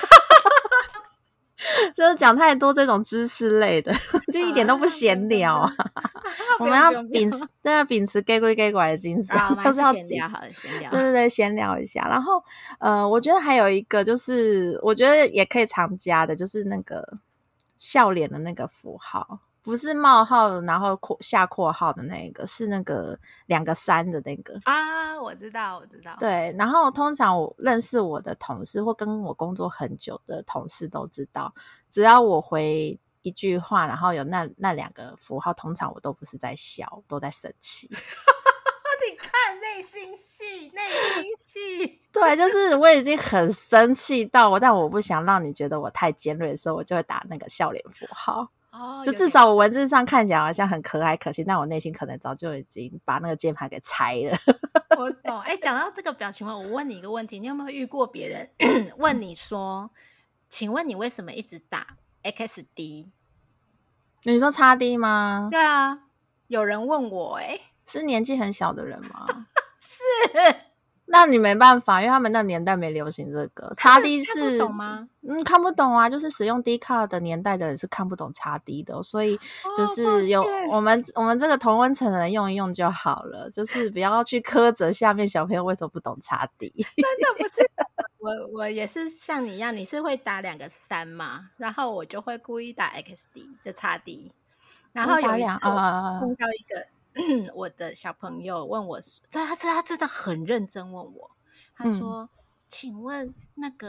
就是讲太多这种知识类的，就一点都不闲聊啊！我们要秉持，对啊，秉持该归该拐的精神，
都是要闲聊好了，闲聊，
对对对，闲聊一下。然后，呃，我觉得还有一个，就是我觉得也可以常加的，就是那个笑脸的那个符号。不是冒号然后下括号的那个，是那个两个三的那个
啊，我知道，我知道。
对，然后通常我认识我的同事或跟我工作很久的同事都知道，只要我回一句话，然后有那那两个符号，通常我都不是在笑，都在生气。
你看内心戏，内心戏。
对，就是我已经很生气到我，但我不想让你觉得我太尖锐的时候，我就会打那个笑脸符号。哦，就至少我文字上看起来好像很可爱可亲，但我内心可能早就已经把那个键盘给拆了。
我懂。哎、欸，讲到这个表情包，我问你一个问题，你有没有遇过别人问你说，请问你为什么一直打 X D？
你说叉 D 吗？
对啊，有人问我、欸，哎，
是年纪很小的人吗？
是。
那你没办法，因为他们那年代没流行这个。叉 D 是
看不懂吗？
嗯，看不懂啊，就是使用 D 卡的年代的人是看不懂叉 D 的，所以就是有、哦、我们我们这个同温层的人用一用就好了，就是不要去苛责下面小朋友为什么不懂叉 D。
真的不是，我我也是像你一样，你是会打两个三嘛，然后我就会故意打 X D 就叉 D， 然后有一次我碰到一个。呃我的小朋友问我，他他他真的很认真问我，他说：“嗯、请问那个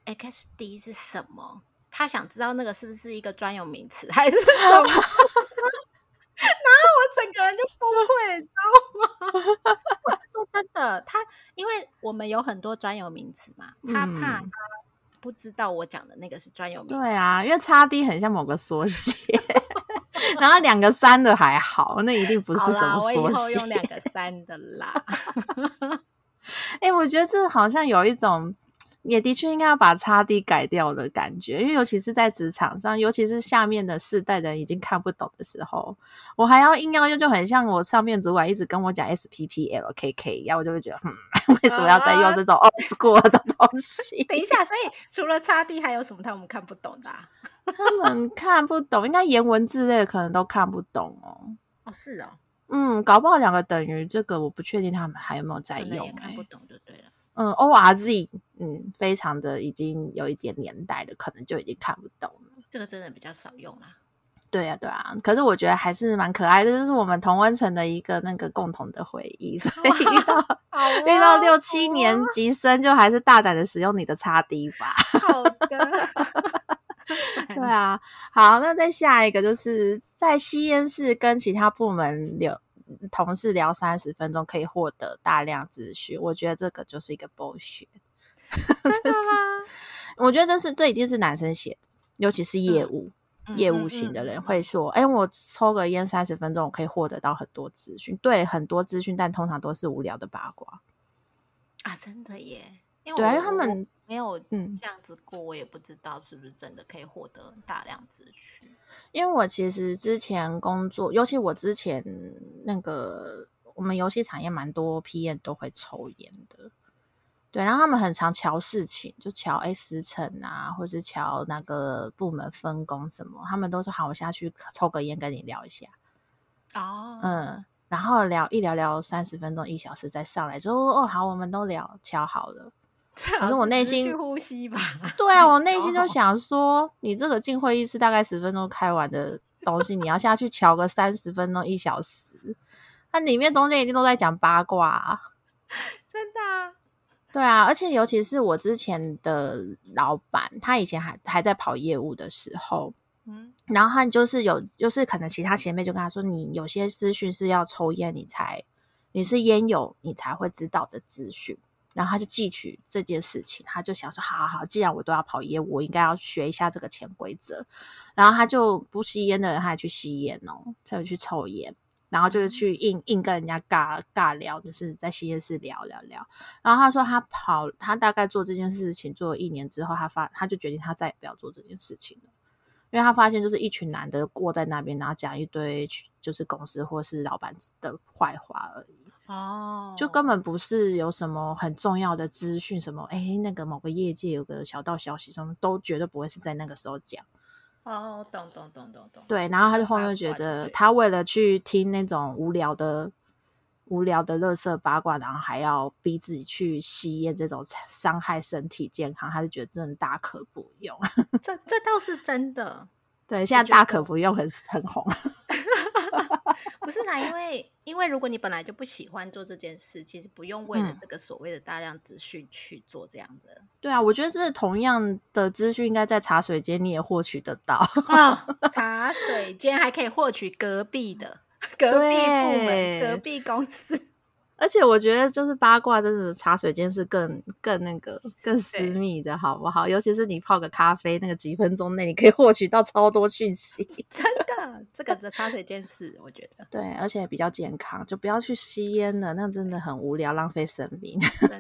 X D 是什么？他想知道那个是不是一个专有名词还是什么？然后我整个人就崩溃，你知道吗？我是说真的，他因为我们有很多专有名词嘛，他怕他不知道我讲的那个是专有名词。
对啊，因为 X D 很像某个缩写，然后两个三的还好，那一定不是什么缩写。
好啦，我以后用两个三的啦。
哎、欸，我觉得这好像有一种。也的确应该要把 X D 改掉的感觉，因为尤其是在职场上，尤其是下面的世代的人已经看不懂的时候，我还要硬要用，就很像我上面主管一直跟我讲 S P P L K K 一样，我就会觉得，嗯，为什么要再用这种 old school 的东西？
等一下，所以除了 X D 还有什么他们看不懂的、啊？
他们看不懂，应该颜文字类的可能都看不懂哦。
哦，是哦，
嗯，搞不好两个等于这个，我不确定他们还有没有在用、欸，
也看不懂就对了。
嗯 ，O R Z， 嗯，非常的已经有一点年代的，可能就已经看不懂了。
这个真的比较少用啦。
对啊，对啊，可是我觉得还是蛮可爱的，这就是我们同温层的一个那个共同的回忆。所以遇到、啊、遇到六七年级生，就还是大胆的使用你的 X D 吧。
好的。
对啊，好，那再下一个就是在吸烟室跟其他部门聊。同事聊三十分钟可以获得大量资讯，我觉得这个就是一个 bullshit。
真的吗？
我觉得这是这一定是男生写的，尤其是业务、嗯、业务型的人会说：“哎、嗯嗯嗯欸，我抽个烟三十分钟，我可以获得到很多资讯。”对，很多资讯，但通常都是无聊的八卦
啊！真的耶，因为
对，因为他们
没有这样子过、嗯，我也不知道是不是真的可以获得大量资讯。
因为我其实之前工作，尤其我之前那个我们游戏产业蛮多 P M 都会抽烟的，对，然后他们很常瞧事情，就瞧哎时程啊，或是瞧那个部门分工什么，他们都说好，我下去抽个烟跟你聊一下
哦，
嗯，然后聊一聊聊三十分钟一小时再上来之后，哦好，我们都聊瞧好了。可是我内心
去呼吸吧，
对啊，我内心就想说，你这个进会议室大概十分钟开完的东西，你要下去瞧个三十分钟一小时，那里面中间一定都在讲八卦、啊，
真的、啊。
对啊，而且尤其是我之前的老板，他以前还还在跑业务的时候，嗯，然后他就是有，就是可能其他前辈就跟他说，你有些资讯是要抽烟，你才你是烟友，你才会知道的资讯。然后他就记取这件事情，他就想说好好好，既然我都要跑业务，我应该要学一下这个潜规则。然后他就不吸烟的人，他还去吸烟哦，他就去抽烟，然后就是去硬硬跟人家尬尬聊，就是在吸烟室聊聊聊。然后他说他跑，他大概做这件事情做了一年之后，他发他就决定他再也不要做这件事情了，因为他发现就是一群男的过在那边，然后讲一堆就是公司或是老板的坏话而已。
哦，
就根本不是有什么很重要的资讯，什么哎，那个某个业界有个小道消息，什么都绝对不会是在那个时候讲。
哦，懂懂懂懂懂。
对，然后他就后面觉得，他为了去听那种无聊的、无聊的垃圾八卦，然后还要逼自己去吸烟，这种伤害身体健康，他就觉得真的大可不用。
这这倒是真的。
对，现在大可不用很很红。
不是啦，因为因为如果你本来就不喜欢做这件事，其实不用为了这个所谓的大量资讯去做这样的、嗯。
对啊，我觉得这同样的资讯应该在茶水间你也获取得到。
哦、茶水间还可以获取隔壁的隔壁部门、隔壁公司。
而且我觉得就是八卦真的茶水间是更更那个更私密的好不好？尤其是你泡个咖啡那个几分钟内你可以获取到超多讯息。
真的，这个的茶水间是我觉得
对，而且比较健康，就不要去吸烟了，那真的很无聊，浪费生命。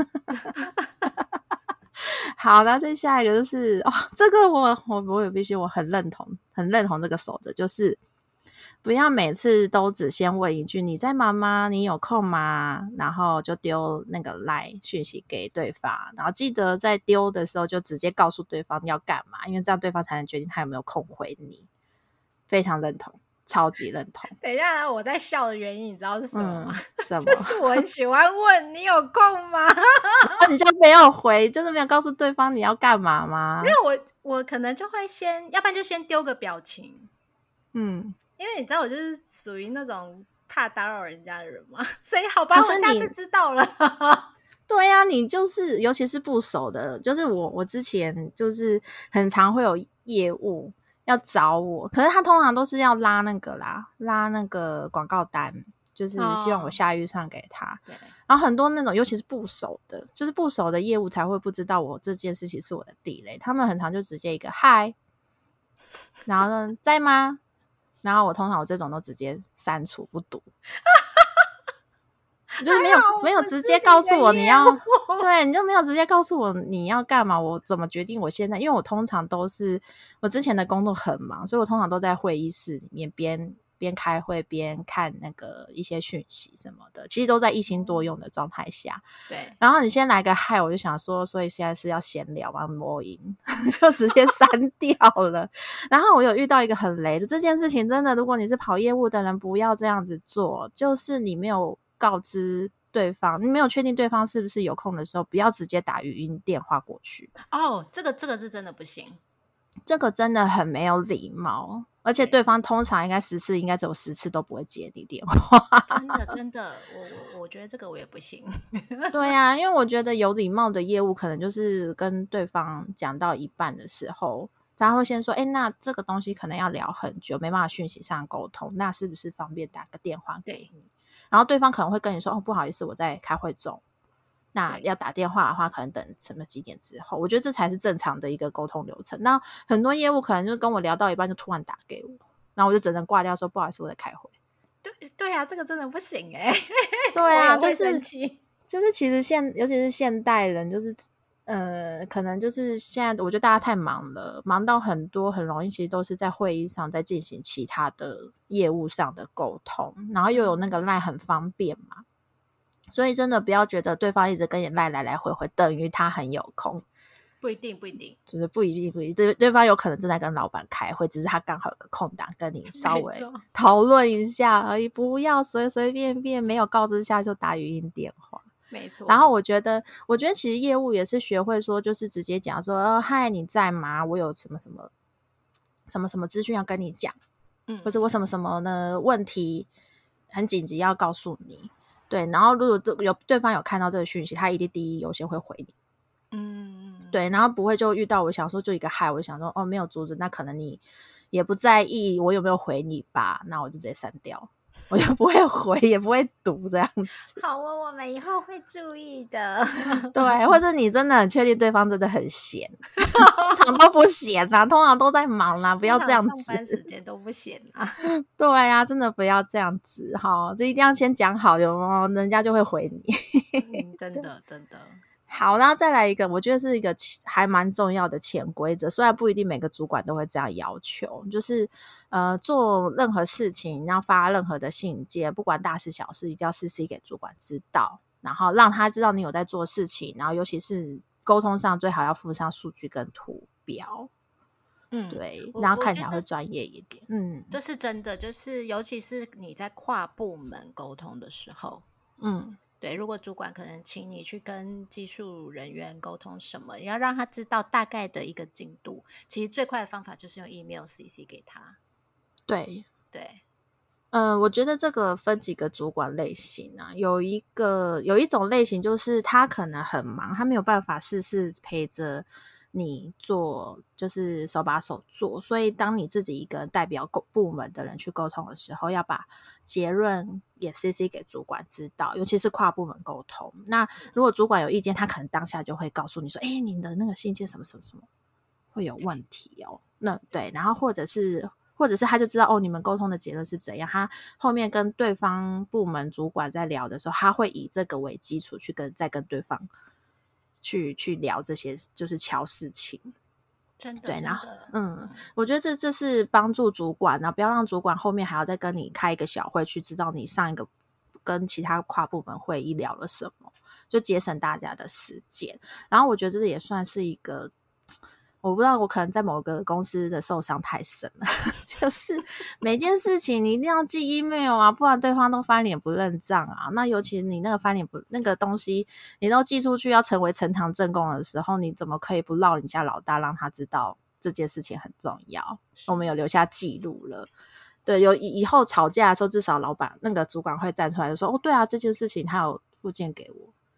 好，然后再下一个就是哦，这个我我我也必须我很认同很认同这个守则，就是不要每次都只先问一句你在忙吗？你有空吗？然后就丢那个 LINE 讯息给对方，然后记得在丢的时候就直接告诉对方要干嘛，因为这样对方才能决定他有没有空回你。非常认同，超级认同。
等一下，我在笑的原因你知道是什么吗？
嗯、什么？
就是我很喜欢问你有空吗？
你就没有回，就是没有告诉对方你要干嘛吗？
因为我我可能就会先，要不然就先丢个表情，
嗯。
因为你知道我就是属于那种怕打扰人家的人嘛，所以好吧，我下次知道了。
对呀、啊，你就是尤其是不熟的，就是我我之前就是很常会有业务要找我，可是他通常都是要拉那个啦，拉那个广告单，就是希望我下预算给他。
对、哦，
然后很多那种尤其是不熟的，就是不熟的业务才会不知道我这件事情是我的地雷，他们很常就直接一个嗨，然后呢在吗？然后我通常我这种都直接删除不读。就是没有没有直接告诉我你要，对，你就没有直接告诉我你要干嘛，我怎么决定我现在，因为我通常都是我之前的工作很忙，所以我通常都在会议室里面边边开会边看那个一些讯息什么的，其实都在一心多用的状态下。
对，
然后你先来个嗨，我就想说，所以现在是要闲聊吗？摸音就直接删掉了。然后我有遇到一个很雷的这件事情，真的，如果你是跑业务的人，不要这样子做，就是你没有告知对方，你没有确定对方是不是有空的时候，不要直接打语音电话过去。
哦，这个这个是真的不行，
这个真的很没有礼貌，而且对方通常应该十次应该只有十次都不会接你电话。
真的真的，我我我觉得这个我也不行。
对啊，因为我觉得有礼貌的业务可能就是跟对方讲到一半的时候，他会先说，哎，那这个东西可能要聊很久，没办法讯息上沟通，那是不是方便打个电话给你？然后对方可能会跟你说，哦，不好意思，我在开会中，那要打电话的话可能等什么几点之后，我觉得这才是正常的一个沟通流程。那很多业务可能就跟我聊到一半就突然打给我，然后我就只能挂掉说，不好意思，我在开会。
对对啊，这个真的不行哎、欸。
对啊，
就是
就是其实现尤其是现代人，就是呃，可能就是现在我觉得大家太忙了，忙到很多很容易其实都是在会议上在进行其他的业务上的沟通，然后又有那个 LINE 很方便嘛，所以真的不要觉得对方一直跟你 LINE 来来回回等于他很有空，
不一定不一定，
就是不一定不一定，对对方有可能正在跟老板开会，只是他刚好有个空档跟你稍微讨论一下而已，不要随随便便没有告知下就打语音电话。
没错。
然后我觉得我觉得其实业务也是学会说，就是直接讲说，哦，嗨，你在吗？我有什么什么什么什么资讯要跟你讲，嗯，或者我什么什么的问题很紧急要告诉你。对，然后如果有对方有看到这个讯息，他一定第一优先会回你。嗯，对，然后不会就遇到我想说就一个嗨，我就想说哦没有阻止，那可能你也不在意我有没有回你吧，那我就直接删掉。我就不会回也不会读这样子。
好哦，我们以后会注意的。
对，或者你真的很确定对方真的很闲，通常都不闲啦、啊、通常都在忙啦、啊、不要这样子，
上班时间都不闲啊。
对啊，真的不要这样子哈，就一定要先讲好，有没有人家就会回你。
嗯、真的真的。
好，然后再来一个，我觉得是一个还蛮重要的潜规则，虽然不一定每个主管都会这样要求，就是呃，做任何事情要发任何的信件，不管大事小事，一定要 C C 给主管知道，然后让他知道你有在做事情，然后尤其是沟通上最好要附上数据跟图表。嗯，对，然后看起来会专业一点。嗯，
这是真的，就是尤其是你在跨部门沟通的时候，嗯。对，如果主管可能请你去跟技术人员沟通什么，你要让他知道大概的一个进度，其实最快的方法就是用 email C C 给他。
对
对，
嗯、呃，我觉得这个分几个主管类型啊，有一个有一种类型就是他可能很忙，他没有办法事事陪着你做，就是手把手做，所以当你自己一个代表部门的人去沟通的时候，要把结论也 C C 给主管知道，尤其是跨部门沟通。那如果主管有意见，他可能当下就会告诉你说，哎，你的那个信件什么什么什么会有问题哦。那对，然后或者是或者是他就知道哦，你们沟通的结论是怎样，他后面跟对方部门主管在聊的时候，他会以这个为基础去跟再跟对方去去聊这些，就是敲事情。
真的，
对，然后
嗯，
嗯，我觉得这这是帮助主管，然后不要让主管后面还要再跟你开一个小会，去知道你上一个跟其他跨部门会议聊了什么，就节省大家的时间。然后我觉得这也算是一个，我不知道我可能在某个公司的受伤太深了，就是每件事情你一定要寄 email 啊，不然对方都翻脸不认账啊。那尤其你那个翻脸不那个东西，你都寄出去要成为呈堂证供的时候，你怎么可以不绕你家老大，让他知道这件事情很重要？我们有留下记录了。对，有以后吵架的时候，至少老板那个主管会站出来就说：“哦，对啊，这件事情他有附件给我。”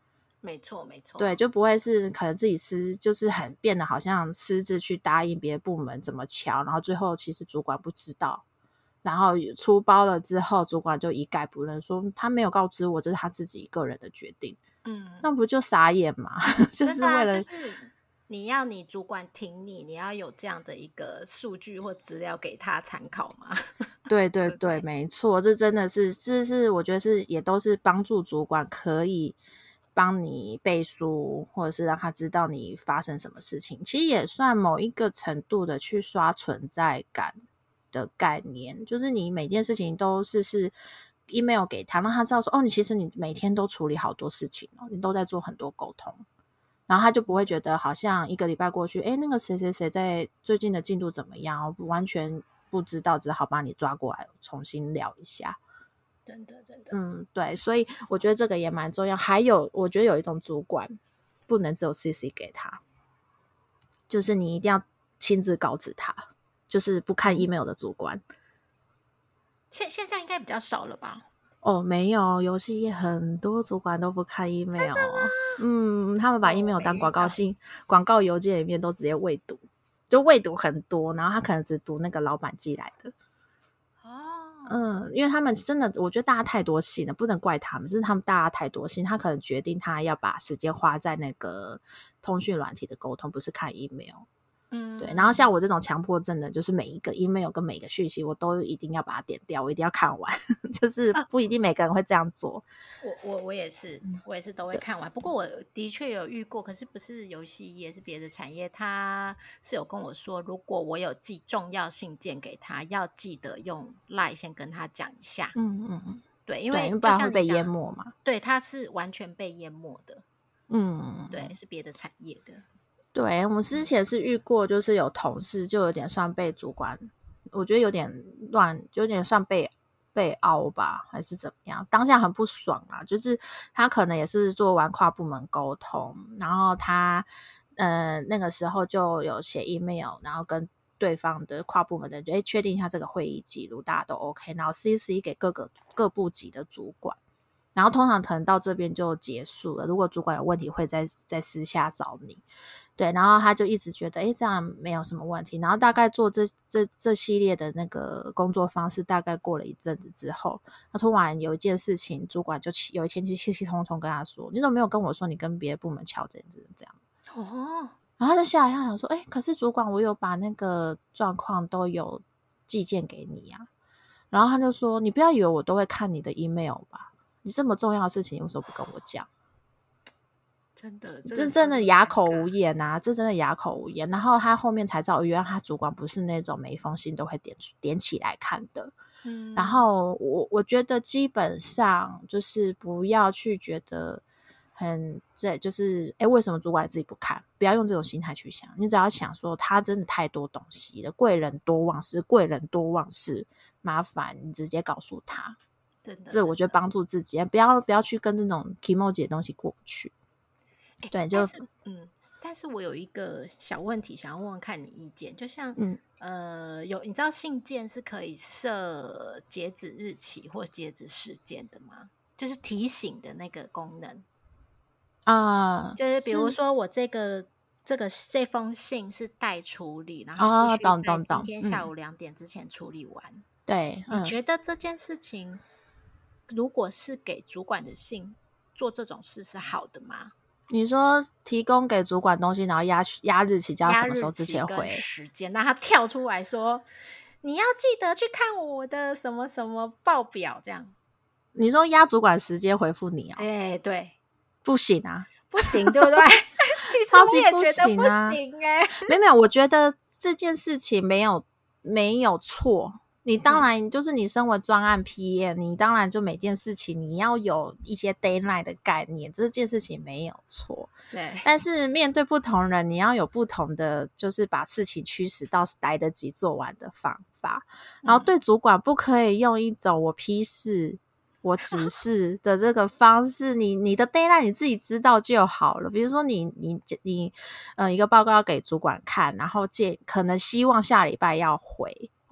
没错没错，
对，就不会是可能自己私就是很变得好像私自去答应别的部门怎么瞧，然后最后其实主管不知道，然后出包了之后主管就一概不认，说他没有告知我，这是他自己个人的决定。嗯，那不就傻眼吗？就是为了、
啊、就是你要你主管挺你，你要有这样的一个数据或资料给他参考嘛。
对对 对, 对，没错，这真的是这是我觉得是也都是帮助主管可以帮你背书，或者是让他知道你发生什么事情，其实也算某一个程度的去刷存在感的概念，就是你每件事情都是是 email 给他，让他知道说哦，你其实你每天都处理好多事情哦，你都在做很多沟通，然后他就不会觉得好像一个礼拜过去，诶，那个谁谁谁在最近的进度怎么样，完全不知道，只好把你抓过来重新聊一下。
真的真的，
嗯，对，所以我觉得这个也蛮重要。还有，我觉得有一种主管不能只有 C C 给他，就是你一定要亲自告知他，就是不看 email 的主管。
现现在应该比较少了吧？
哦，没有，游戏业很多主管都不看 email。嗯，他们把 email 当广告信、广告邮件里面都直接未读，就未读很多，然后他可能只读那个老板寄来的。嗯，因为他们真的，我觉得大家太多信了，不能怪他们，是他们大家太多信，他可能决定他要把时间花在那个通讯软体的沟通，不是看 email。嗯，对。然后像我这种强迫症的，就是每一个 email 跟每一个讯息，我都一定要把它点掉，我一定要看完，就是不一定每个人会这样做。
啊、我我我也是，我也是都会看完。不过我的确有遇过，可是不是游戏业，是别的产业，他是有跟我说，如果我有寄重要信件给他，要记得用 LINE 先跟他讲一下。
嗯嗯嗯，
对，因为
不然会被淹没嘛。
对，他是完全被淹没的。嗯，对，是别的产业的。
对，我们之前是遇过，就是有同事就有点算被主管，我觉得有点乱，有点算被被凹吧，还是怎么样？当下很不爽啊，就是他可能也是做完跨部门沟通，然后他呃那个时候就有写 email， 然后跟对方的跨部门的人，哎，确定一下这个会议记录，大家都 OK， 然后 C C 给各个各部级的主管。然后通常可能到这边就结束了，如果主管有问题会再再私下找你。对，然后他就一直觉得诶这样没有什么问题，然后大概做这这这系列的那个工作方式，大概过了一阵子之后，他突然有一件事情，主管就有一天就气气冲冲跟他说，你怎么没有跟我说你跟别的部门敲这这这样哦，然后他就下来他想说诶可是主管我有把那个状况都有寄件给你啊，然后他就说你不要以为我都会看你的 email 吧，你这么重要的事情为什么不跟我讲？
真的，
这真的哑口无言啊！这真的哑口无言。然后他后面才知道，原来他主管不是那种每一封信都会点点起来看的。嗯，然后我我觉得基本上就是不要去觉得很这就是哎，为什么主管自己不看？不要用这种心态去想。你只要想说，他真的太多东西了，贵人多忘事，贵人多忘事，麻烦你直接告诉他。
真的，
这我觉得帮助自己，不要不要去跟这种 emoji 的东西过不去。对，就
嗯，但是我有一个小问题想要问问看你意见，就像嗯呃有你知道信件是可以设截止日期或截止时间的吗？就是提醒的那个功能啊、呃，就是比如说我这个这个这封信是待处理，然后必须在今天下午两点之前处理完。嗯、
对，
你觉得这件事情如果是给主管的信做这种事是好的吗？
你说提供给主管东西，然后压压日期，叫他什么时候之前回
时间，让他跳出来说你要记得去看我的什么什么报表，这样。
你说压主管时间回复你啊、哦？
对对，
不行啊，
不行，对不对？其实我也觉得不行哎、欸，
没有没有，我觉得这件事情没有没有错。你当然就是你身为专案 P M、嗯、你当然就每件事情你要有一些 deadline 的概念，这件事情没有错。
对，
但是面对不同人，你要有不同的，就是把事情驱使到来得及做完的方法。然后对主管不可以用一种我批示、我指示的这个方式，你你的 deadline 你自己知道就好了。比如说你你你呃一个报告要给主管看，然后建可能希望下礼拜要回。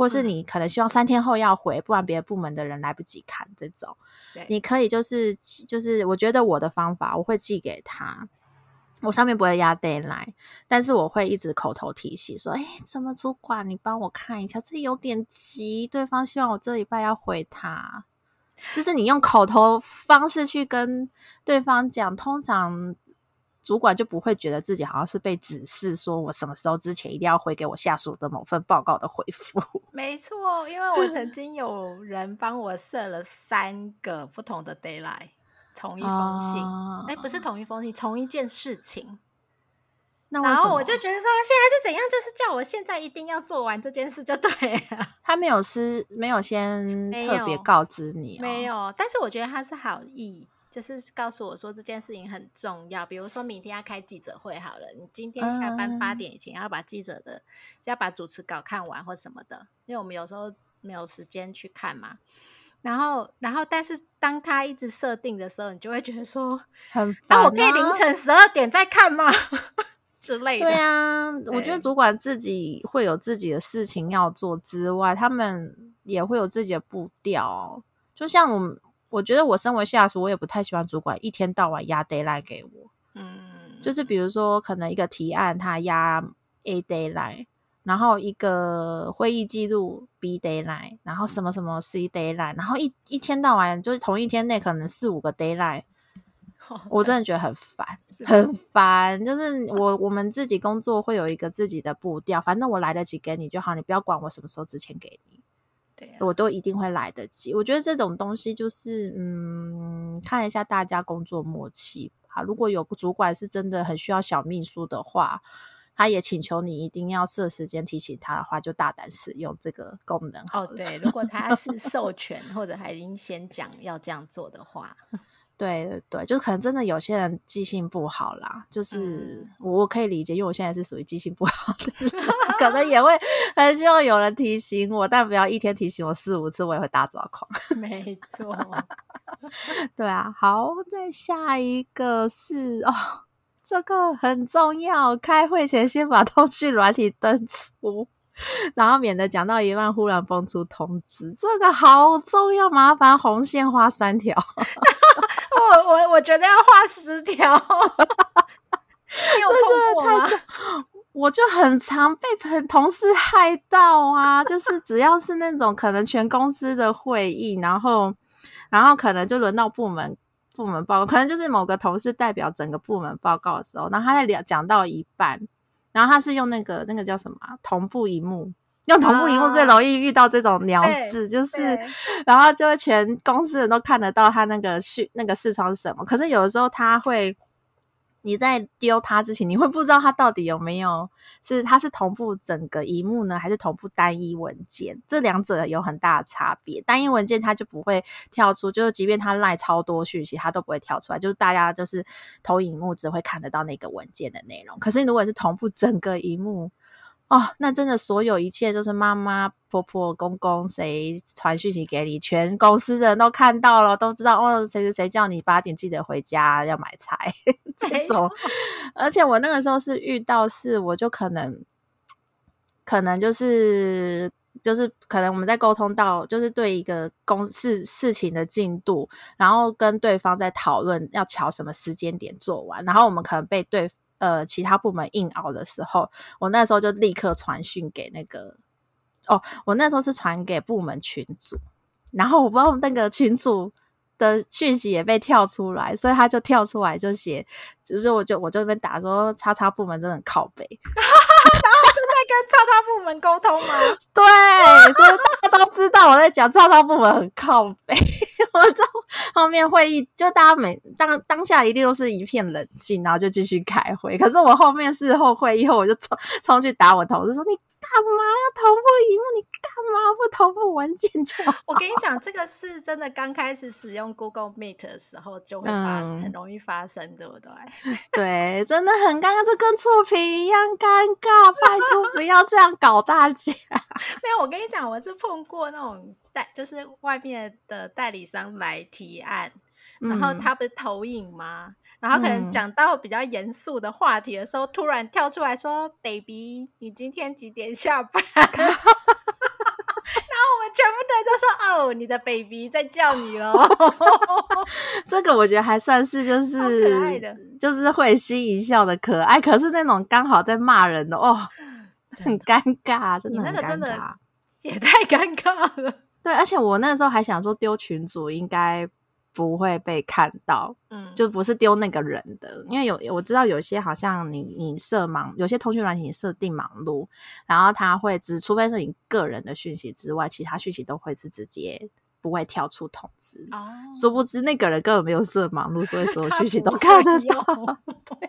或是你可能希望三天后要回，不然别的部门的人来不及看这种，你可以就是就是我觉得我的方法我会寄给他，我上面不会压 deadline， 但是我会一直口头提醒说，哎，什么主管你帮我看一下，这有点急，对方希望我这礼拜要回他，就是你用口头方式去跟对方讲，通常主管就不会觉得自己好像是被指示说我什么时候之前一定要回给我下属的某份报告的回复。
没错，因为我曾经有人帮我设了三个不同的 deadline， 同一封信，哎、哦，不是同一封信，同一件事情。那为什么？然后我就觉得说现在是怎样，就是叫我现在一定要做完这件事就对了。
他没有是没有先特别告知你、哦、
没有，但是我觉得他是好意，就是告诉我说这件事情很重要，比如说明天要开记者会好了，你今天下班八点以前要把记者的、嗯、要把主持稿看完或什么的，因为我们有时候没有时间去看嘛。然后然后但是当他一直设定的时候，你就会觉得说
很烦、啊、
那我可以凌晨十二点再看吗之类的。
对啊，对，我觉得主管自己会有自己的事情要做之外，他们也会有自己的步调。就像我我觉得我身为下属，我也不太喜欢主管一天到晚压 deadline 给我。嗯，就是比如说可能一个提案他压 A deadline， 然后一个会议记录 B deadline， 然后什么什么 C deadline， 然后一一天到晚就是同一天内可能四五个 deadline。我真的觉得很烦，很烦。就是我我们自己工作会有一个自己的步调，反正我来得及给你就好，你不要管我什么时候之前给你。对、啊，我都一定会来得及。我觉得这种东西就是嗯，看一下大家工作默契吧。如果有主管是真的很需要小秘书的话，他也请求你一定要设时间提醒他的话，就大胆使用这个功能好了。
哦，对，如果他是授权或者他已经先讲要这样做的话。
对对对，就可能真的有些人记性不好啦，就是我可以理解，因为我现在是属于记性不好的人可能也会很希望有人提醒我，但不要一天提醒我四五次，我也会大抓狂。
没错。
对啊，好，再下一个是哦，这个很重要，开会前先把通讯软体登出，然后免得讲到一半忽然蹦出通知，这个好重要，麻烦红线画三条。
我我我觉得要画十条。你有碰过吗？
我就很常被同事害到啊，就是只要是那种可能全公司的会议，然后然后可能就轮到部门部门报告，可能就是某个同事代表整个部门报告的时候，然后他在聊讲到一半，然后他是用那个那个叫什么、啊、同步萤幕，用同步萤幕最容易遇到这种鸟事、啊、就是然后就会全公司人都看得到他那个那个视窗是什么，可是有的时候他会你在丢他之前，你会不知道他到底有没有是他是同步整个萤幕呢，还是同步单一文件，这两者有很大的差别。单一文件他就不会跳出，就是即便他赖超多讯息他都不会跳出来，就是大家就是投萤幕只会看得到那个文件的内容。可是如果是同步整个萤幕哦，那真的所有一切就是妈妈婆婆公公谁传讯息给你，全公司的人都看到了，都知道哦，谁谁谁叫你八点记得回家要买菜这种。而且我那个时候是遇到是我就可能可能就是就是可能我们在沟通到就是对一个公事事情的进度，然后跟对方在讨论要瞧什么时间点做完，然后我们可能被对呃其他部门硬熬的时候，我那时候就立刻传讯给那个哦，我那时候是传给部门群组，然后我不知道那个群组的讯息也被跳出来，所以他就跳出来就写，就是我就我就那边打说叉叉部门真的很靠北
然后是在跟叉叉部门沟通吗？
对，所以大家都知道我在讲叉叉部门很靠北我在后面会议就大家每当当下一定都是一片冷静，然后就继续开会，可是我后面事后会议后我就冲冲去打我同事说，你干嘛要同步萤幕？你干嘛不同步文件就好？
我跟你讲，这个是真的刚开始使用 Google Meet 的时候就会发生、嗯、很容易发生，对不对？
对，真的很尴尬，这跟触屏一样尴尬，拜托不要这样搞大家
没有，我跟你讲，我是碰过那种代就是外面的代理商来提案、嗯、然后他不是投影吗？然后可能讲到比较严肃的话题的时候、嗯、突然跳出来说 baby 你今天几点下班对，都说哦，你的 baby 在叫你咯。
这个我觉得还算是就是
可爱的，
就是会心一笑的可爱。可是那种刚好在骂人的哦，很尴尬，真的很尴尬。
你那个真的也太尴尬了。
对，而且我那时候还想说丢群组应该不会被看到，嗯，就不是丢那个人的，因为有我知道有些好像你你设盲，有些通讯软体你设定盲录，然后他会只除非是你个人的讯息之外，其他讯息都会是直接不会跳出通知。哦，殊不知那个人根本没有设盲录，所以所有讯息都看得到。对，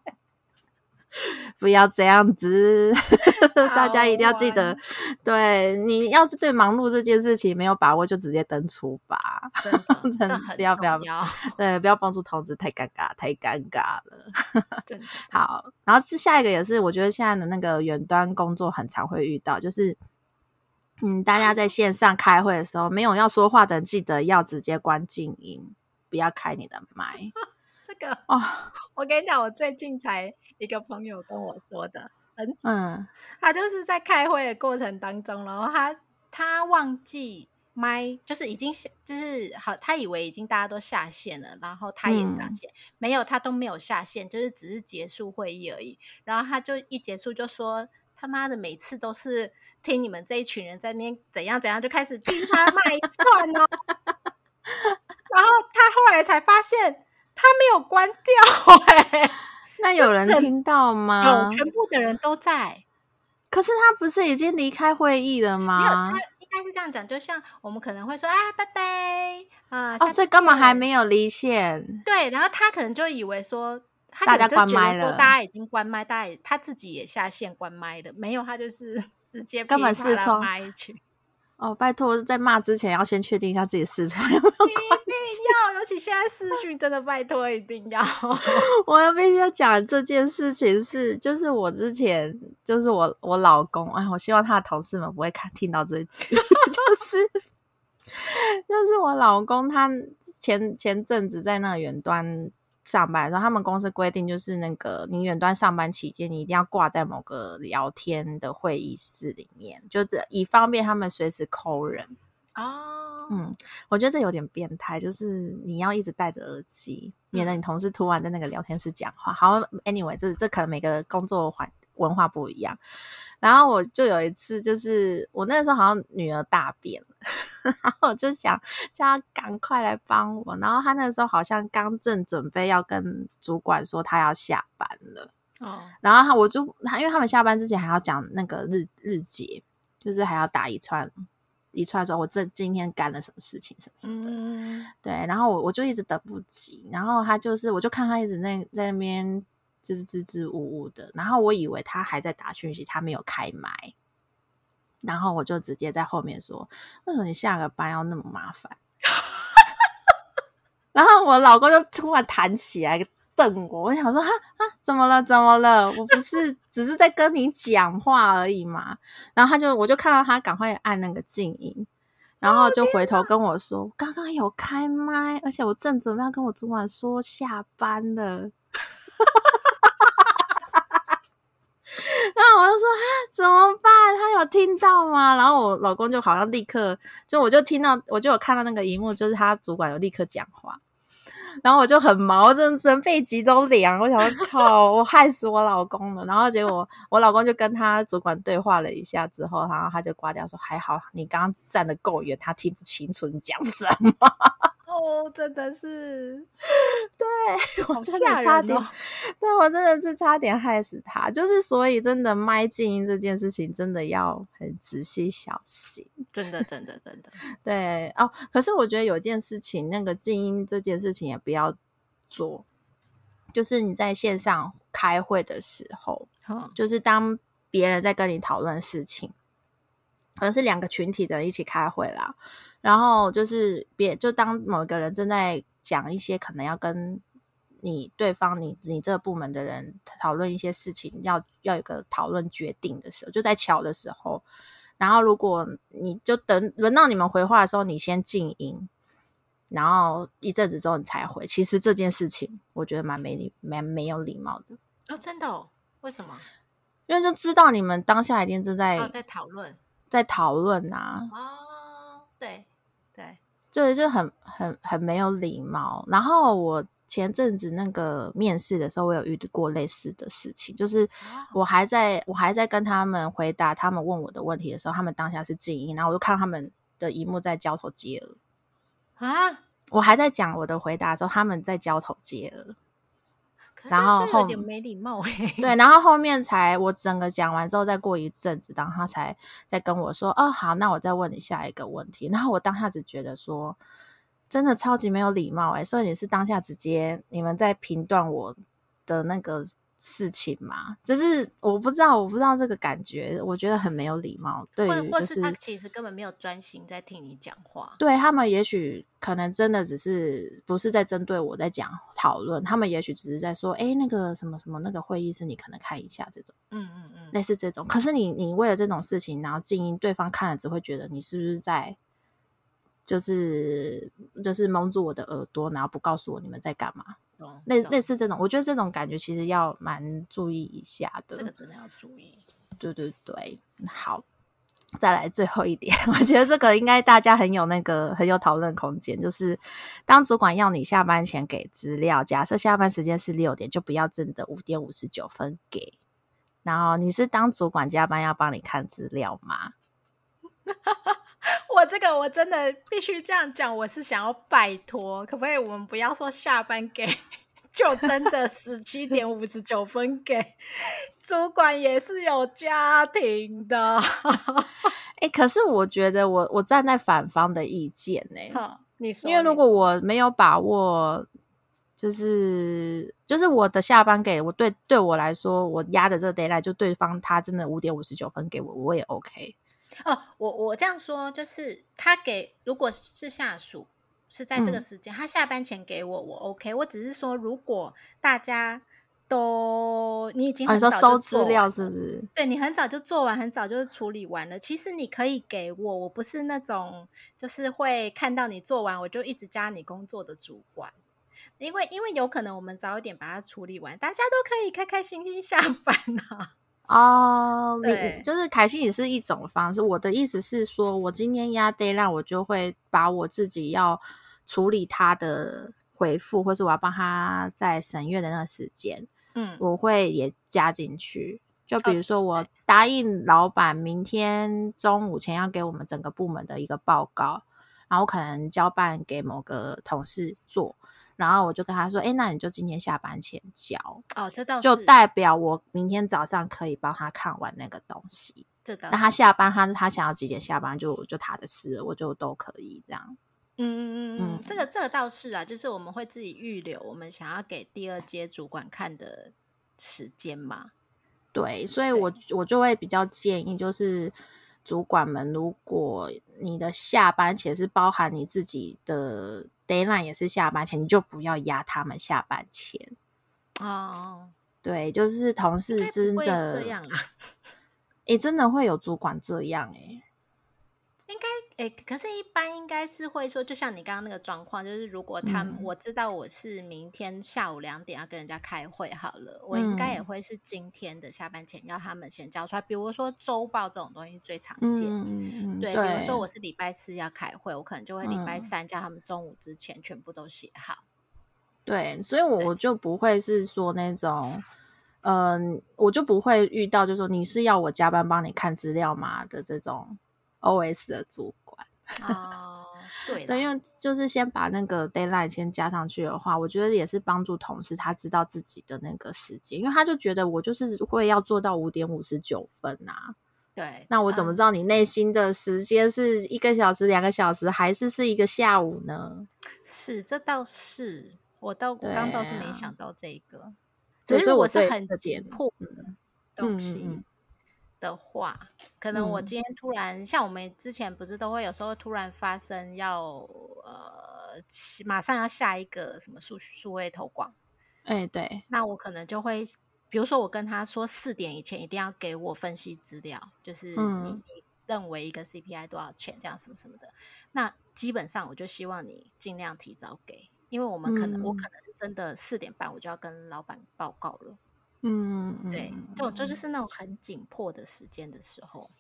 不要这样子，大家一定要记得，对，你要是对忙碌这件事情没有把握，就直接登出吧。
真的，真的很
不要不要，对，不要帮助通知，太尴尬，太尴尬了。
真的。
好，然后下一个也是，我觉得现在的那个远端工作很常会遇到，就是嗯，大家在线上开会的时候，没有要说话的人，记得要直接关静音，不要开你的麦。
这个哦，我跟你讲，我最近才一个朋友跟我说的，很嗯，他就是在开会的过程当中，然后他他忘记麦，就是已经就是好，他以为已经大家都下线了，然后他也下线，嗯、没有，他都没有下线，就是只是结束会议而已。然后他就一结束就说：“他妈的，每次都是听你们这一群人在那边怎样怎样，就开始噼啪骂一串哦。”然后他后来才发现。他没有关掉哎、欸，
那有人听到吗？
有，全部的人都在。
可是他不是已经离开会议了吗？
没有，他应该是这样讲，就像我们可能会说啊，拜拜啊，
哦，所以根本还没有离线。
对，然后他可能就以为说，他可能就觉得说大家已经关麦，大家也他自己也下线关麦了，没有，他就是直接
根本视窗
麦去。
哦，拜托，在骂之前要先确定一下自己视窗有没有关。
一定要，尤其现在视讯真的拜托一定要。
我要必须要讲这件事情是，就是我之前就是我我老公，哎，我希望他的同事们不会看听到这一集，就是就是我老公他前前阵子在那个远端上班的时候，他们公司规定就是那个你远端上班期间，你一定要挂在某个聊天的会议室里面，就是以方便他们随时 call 人。哦，嗯，我觉得这有点变态，就是你要一直戴着耳机，免得你同事突然在那个聊天室讲话。好 ，anyway， 这这可能每个工作环文化不一样。然后我就有一次，就是我那时候好像女儿大便了，然后我就想叫她赶快来帮我。然后她那时候好像刚正准备要跟主管说她要下班了，哦，然后我就因为他们下班之前还要讲那个日日结，就是还要打一串一串说我这今天干了什么事情什么什么的，嗯、对。然后我我就一直等不及，然后他就是我就看他一直那在那边。就是支支吾吾的，然后我以为他还在打讯息，他没有开麦，然后我就直接在后面说：“为什么你下个班要那么麻烦？”然后我老公就突然弹起来瞪我，我想说：“哈啊，怎么了？怎么了？我不是只是在跟你讲话而已嘛。”然后他就我就看到他赶快按那个静音，然后就回头跟我说：“刚刚有开麦，而且我正准备要跟我主管说下班了。”然后我就说啊，怎么办？他有听到吗？然后我老公就好像立刻，就我就听到，我就有看到那个荧幕，就是他主管有立刻讲话，然后我就很毛，真的背脊都凉。我想说，靠，我害死我老公了。然后结果我老公就跟他主管对话了一下之后，然后他就挂掉说，还好你刚刚站得够远，他听不清楚你讲什么。
哦，真的是，
对，
好吓人哦！
对，我真的是差点害死他。就是所以，真的麦静音这件事情，真的要很仔细小心。
真的，真的，真的。
对哦，可是我觉得有件事情，那个静音这件事情也不要做，就是你在线上开会的时候，嗯、就是当别人在跟你讨论事情。可能是两个群体的人一起开会啦，然后就是别就当某一个人正在讲一些可能要跟你对方你你这个部门的人讨论一些事情，要要有个讨论决定的时候，就在瞧的时候，然后如果你就等轮到你们回话的时候，你先静音，然后一阵子之后你才回，其实这件事情我觉得蛮没礼蛮没有礼貌的
哦，真的哦？为什么？
因为就知道你们当下一定正在
哦在讨论。
在讨论啊，
哦，
对，就很很很没有礼貌。然后我前阵子那个面试的时候，我有遇过类似的事情，就是我还在我还在跟他们回答他们问我的问题的时候，他们当下是静音，然后我就看他们的荧幕在交头接耳
啊。
我还在讲我的回答的时候，他们在交头接耳。
可是这有点没礼貌欸。
对，然后后面才我整个讲完之后，再过一阵子，然后他才再跟我说：“哦，好，那我再问你下一个问题。”然后我当下只觉得说，真的超级没有礼貌哎、欸！所以你是当下直接你们在评断我的那个事情嘛？就是我不知道，我不知道这个感觉，我觉得很没有礼貌。对于、就是、
或或是他其实根本没有专心在听你讲话。
对，他们也许可能真的只是不是在针对我在讲讨论，他们也许只是在说，哎，那个什么什么那个会议室，你可能看一下这种，
嗯嗯嗯，
类似这种。可是你你为了这种事情，然后静音，对方看了只会觉得你是不是在，就是就是蒙住我的耳朵，然后不告诉我你们在干嘛。
哦、
类类似这种，我觉得这种感觉其实要蛮注意一下的。
这个真的要注意。
对对对，好。再来最后一点，我觉得这个应该大家很有那个很有讨论空间，就是当主管要你下班前给资料，假设下班时间是六点，就不要真的五点五十九分给。然后你是当主管加班要帮你看资料吗？
我这个我真的必须这样讲，我是想要拜托，可不可以我们不要说下班给，就真的十七点五十九分给。主管也是有家庭的。
欸、可是我觉得我我站在反方的意见呢、欸，
你说，
因为如果我没有把握，就是就是我的下班给我对对我来说，我压的这个 deadline 就对方他真的五点五十九分给我，我也 OK。
哦，我我这样说就是他给，如果是下属是在这个时间、嗯、他下班前给我，我 OK。我只是说，如果大家都你已经很早就做完、
哦、你说收资料是不是？
对，你很早就做完，很早就处理完了。其实你可以给我，我不是那种就是会看到你做完我就一直加你工作的主管。因为因为有可能我们早一点把它处理完，大家都可以开开心心下班啊。
哦，你就是凯西也是一种方式。我的意思是说，我今天压 deadline，我就会把我自己要处理他的回复，或是我要帮他在审阅的那个时间，嗯，我会也加进去。就比如说，我答应老板明天中午前要给我们整个部门的一个报告，然后我可能交办给某个同事做。然后我就跟他说，哎，那你就今天下班前交
哦，这倒是
就代表我明天早上可以帮他看完那个东西。
这倒是，
那他下班，他他想要几点下班就就他的事了，我就都可以这样。
嗯嗯嗯嗯，这个这个倒是啊，就是我们会自己预留我们想要给第二阶主管看的时间嘛。
对，所以我我就会比较建议，就是主管们，如果你的下班前是包含你自己的 deadline 也是下班前，你就不要压他们下班前。
哦，
对，就是同事真的
这样啊，
欸，真的会有主管这样欸。
应该诶，可是一般应该是会说，就像你刚刚那个状况，就是如果他、嗯、我知道我是明天下午两点要跟人家开会好了，我应该也会是今天的下班前要他们先交出来。比如说周报这种东西最常见，嗯嗯嗯对，对，比如说我是礼拜四要开会，我可能就会礼拜三叫他们中午之前全部都写好。
对，所以我就不会是说那种。嗯，我就不会遇到就是说你是要我加班帮你看资料吗的这种 O S 的主管。
哦，对
对，因为就是先把那个 deadline 先加上去的话，我觉得也是帮助同事他知道自己的那个时间，因为他就觉得我就是会要做到五点五十九分啊。
对，
那我怎么知道你内心的时间是一个小时、两个小时，还是是一个下午呢？
是，这倒是，我倒我刚倒是没想到这个。
只
是如果是很急迫的东西的话、嗯嗯嗯、可能我今天突然、嗯、像我们之前不是都会有时候突然发生要呃马上要下一个什么数数位投广，
哎、欸，对，
那我可能就会比如说我跟他说四点以前一定要给我分析资料，就是你、嗯、你认为一个 C P I 多少钱这样什么什么的，那基本上我就希望你尽量提早给，因为我们可能、嗯、我可能是真的四点半我就要跟老板报告了。
嗯，
对，这种这就是那种很紧迫的时间的时候。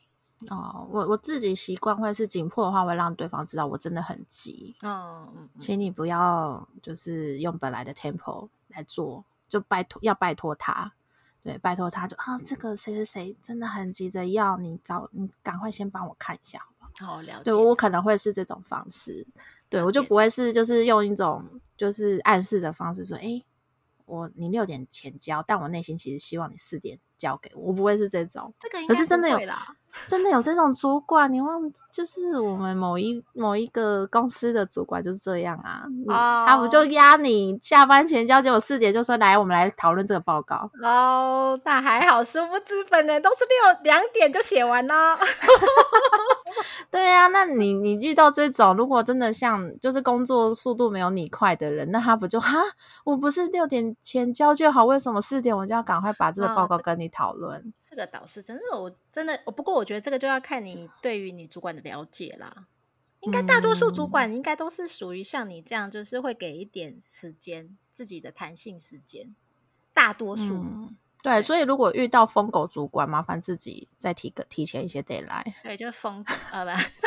哦，我我自己习惯会是紧迫的话，会让对方知道我真的很急，
嗯嗯嗯，
请你不要就是用本来的 tempo 来做，就拜托要拜托他，对，拜托他就啊，这个谁谁谁真的很急着要你找，你赶快先帮我看一下好不好？
哦，了解。
对，我可能会是这种方式，对我就不会是就是用一种就是暗示的方式说，哎，我你六点前交，但我内心其实希望你四点交给我，我不会是这种。
这个应
可是真的有
该不会啦，
真的有这种主管，你忘就是我们某一某一个公司的主管就是这样啊，
哦，
他不就压你下班前交，结果四点就说来，我们来讨论这个报告。
哦，那还好，殊不知本人都是六两点就写完了。
对啊，那你你遇到这种，如果真的像就是工作速度没有你快的人，那他不就哈，我不是六点前交就好，为什么四点我就要赶快把这个报告跟你讨论？哦、
这个倒是真的，我真的，不过我觉得这个就要看你对于你主管的了解啦。应该大多数主管应该都是属于像你这样，就是会给一点时间，自己的弹性时间。大多数。
嗯对，所以如果遇到疯狗主管，麻烦自己再提个提前一些 deadline。
对，就是疯狗，呃，不，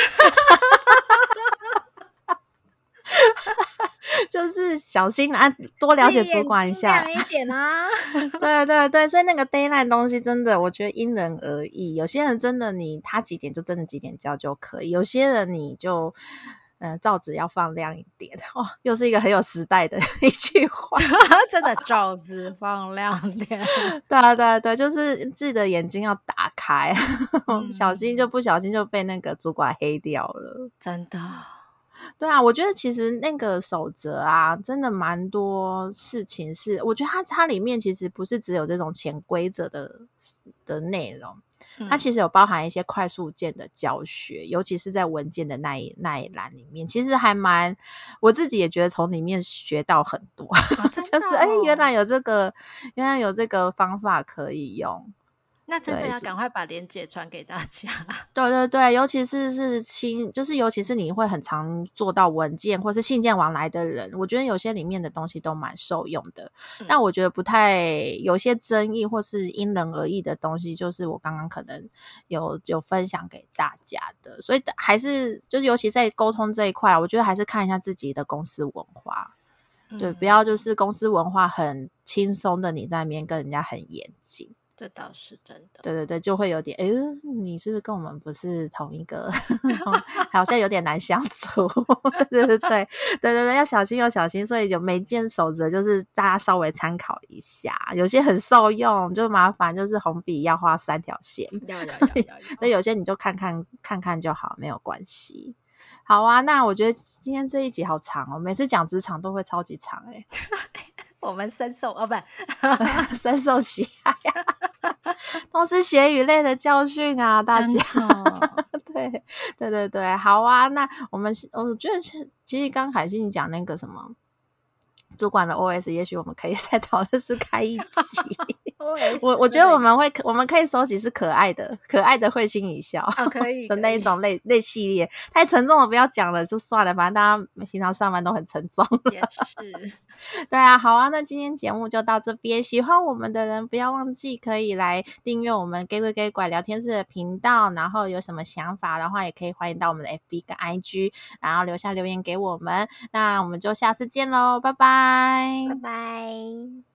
就是小心啊，多了解主管一下，
亮一点啊。
对对对，所以那个 deadline 东西真的，我觉得因人而异。有些人真的你他几点就真的几点交就可以，有些人你就。嗯，罩子要放亮一点哦，又是一个很有时代的一句话。
真的罩子放亮点，
对啊，对啊，对，就是自己的眼睛要打开，
嗯、
小心就不小心就被那个主管黑掉了。
真的，
对啊，我觉得其实那个守则啊，真的蛮多事情是，我觉得它它里面其实不是只有这种潜规则的的内容。它其实有包含一些快速键的教学，尤其是在文件的那一那一栏里面，其实还蛮，我自己也觉得从里面学到很多，
哦真的哦、
就是哎，原来有这个，原来有这个方法可以用。
那真的要赶快把链接传给大家。
对对对，尤其是是亲，就是尤其是你会很常做到文件或是信件往来的人，我觉得有些里面的东西都蛮受用的。嗯、但我觉得不太有些争议或是因人而异的东西，就是我刚刚可能有有分享给大家的，所以还是就是尤其在沟通这一块，我觉得还是看一下自己的公司文化。对，不要就是公司文化很轻松的，你在那边跟人家很严谨。
这倒是真的，
对对对，就会有点，诶，你是不是跟我们不是同一个，好像有点难相处。对对对对对对，要小心又小心，所以有每件守则就是大家稍微参考一下，有些很受用，就麻烦就是红笔要画三条线，
要要要要，
那有些你就看看看看就好，没有关系。好啊，那我觉得今天这一集好长哦，每次讲职场都会超级长诶、
欸、我们深受哦不
深受其害都是血与泪的教训啊，大家对对对对，好啊，那我们我觉得其实刚凯西你讲那个什么主管的 O S， 也许我们可以再讨论是开一集。我我觉得我们会我们可以收集是可爱的可爱的会心一笑、
哦、可以
的那一种类类系列，太沉重了不要讲了就算了，反正大家平常上班都很沉重。
也是
对啊，好啊，那今天节目就到这边，喜欢我们的人不要忘记可以来订阅我们给鬼给拐聊天室的频道，然后有什么想法的话也可以欢迎到我们的 F B 跟 I G， 然后留下留言给我们，那我们就下次见咯，拜拜
拜拜。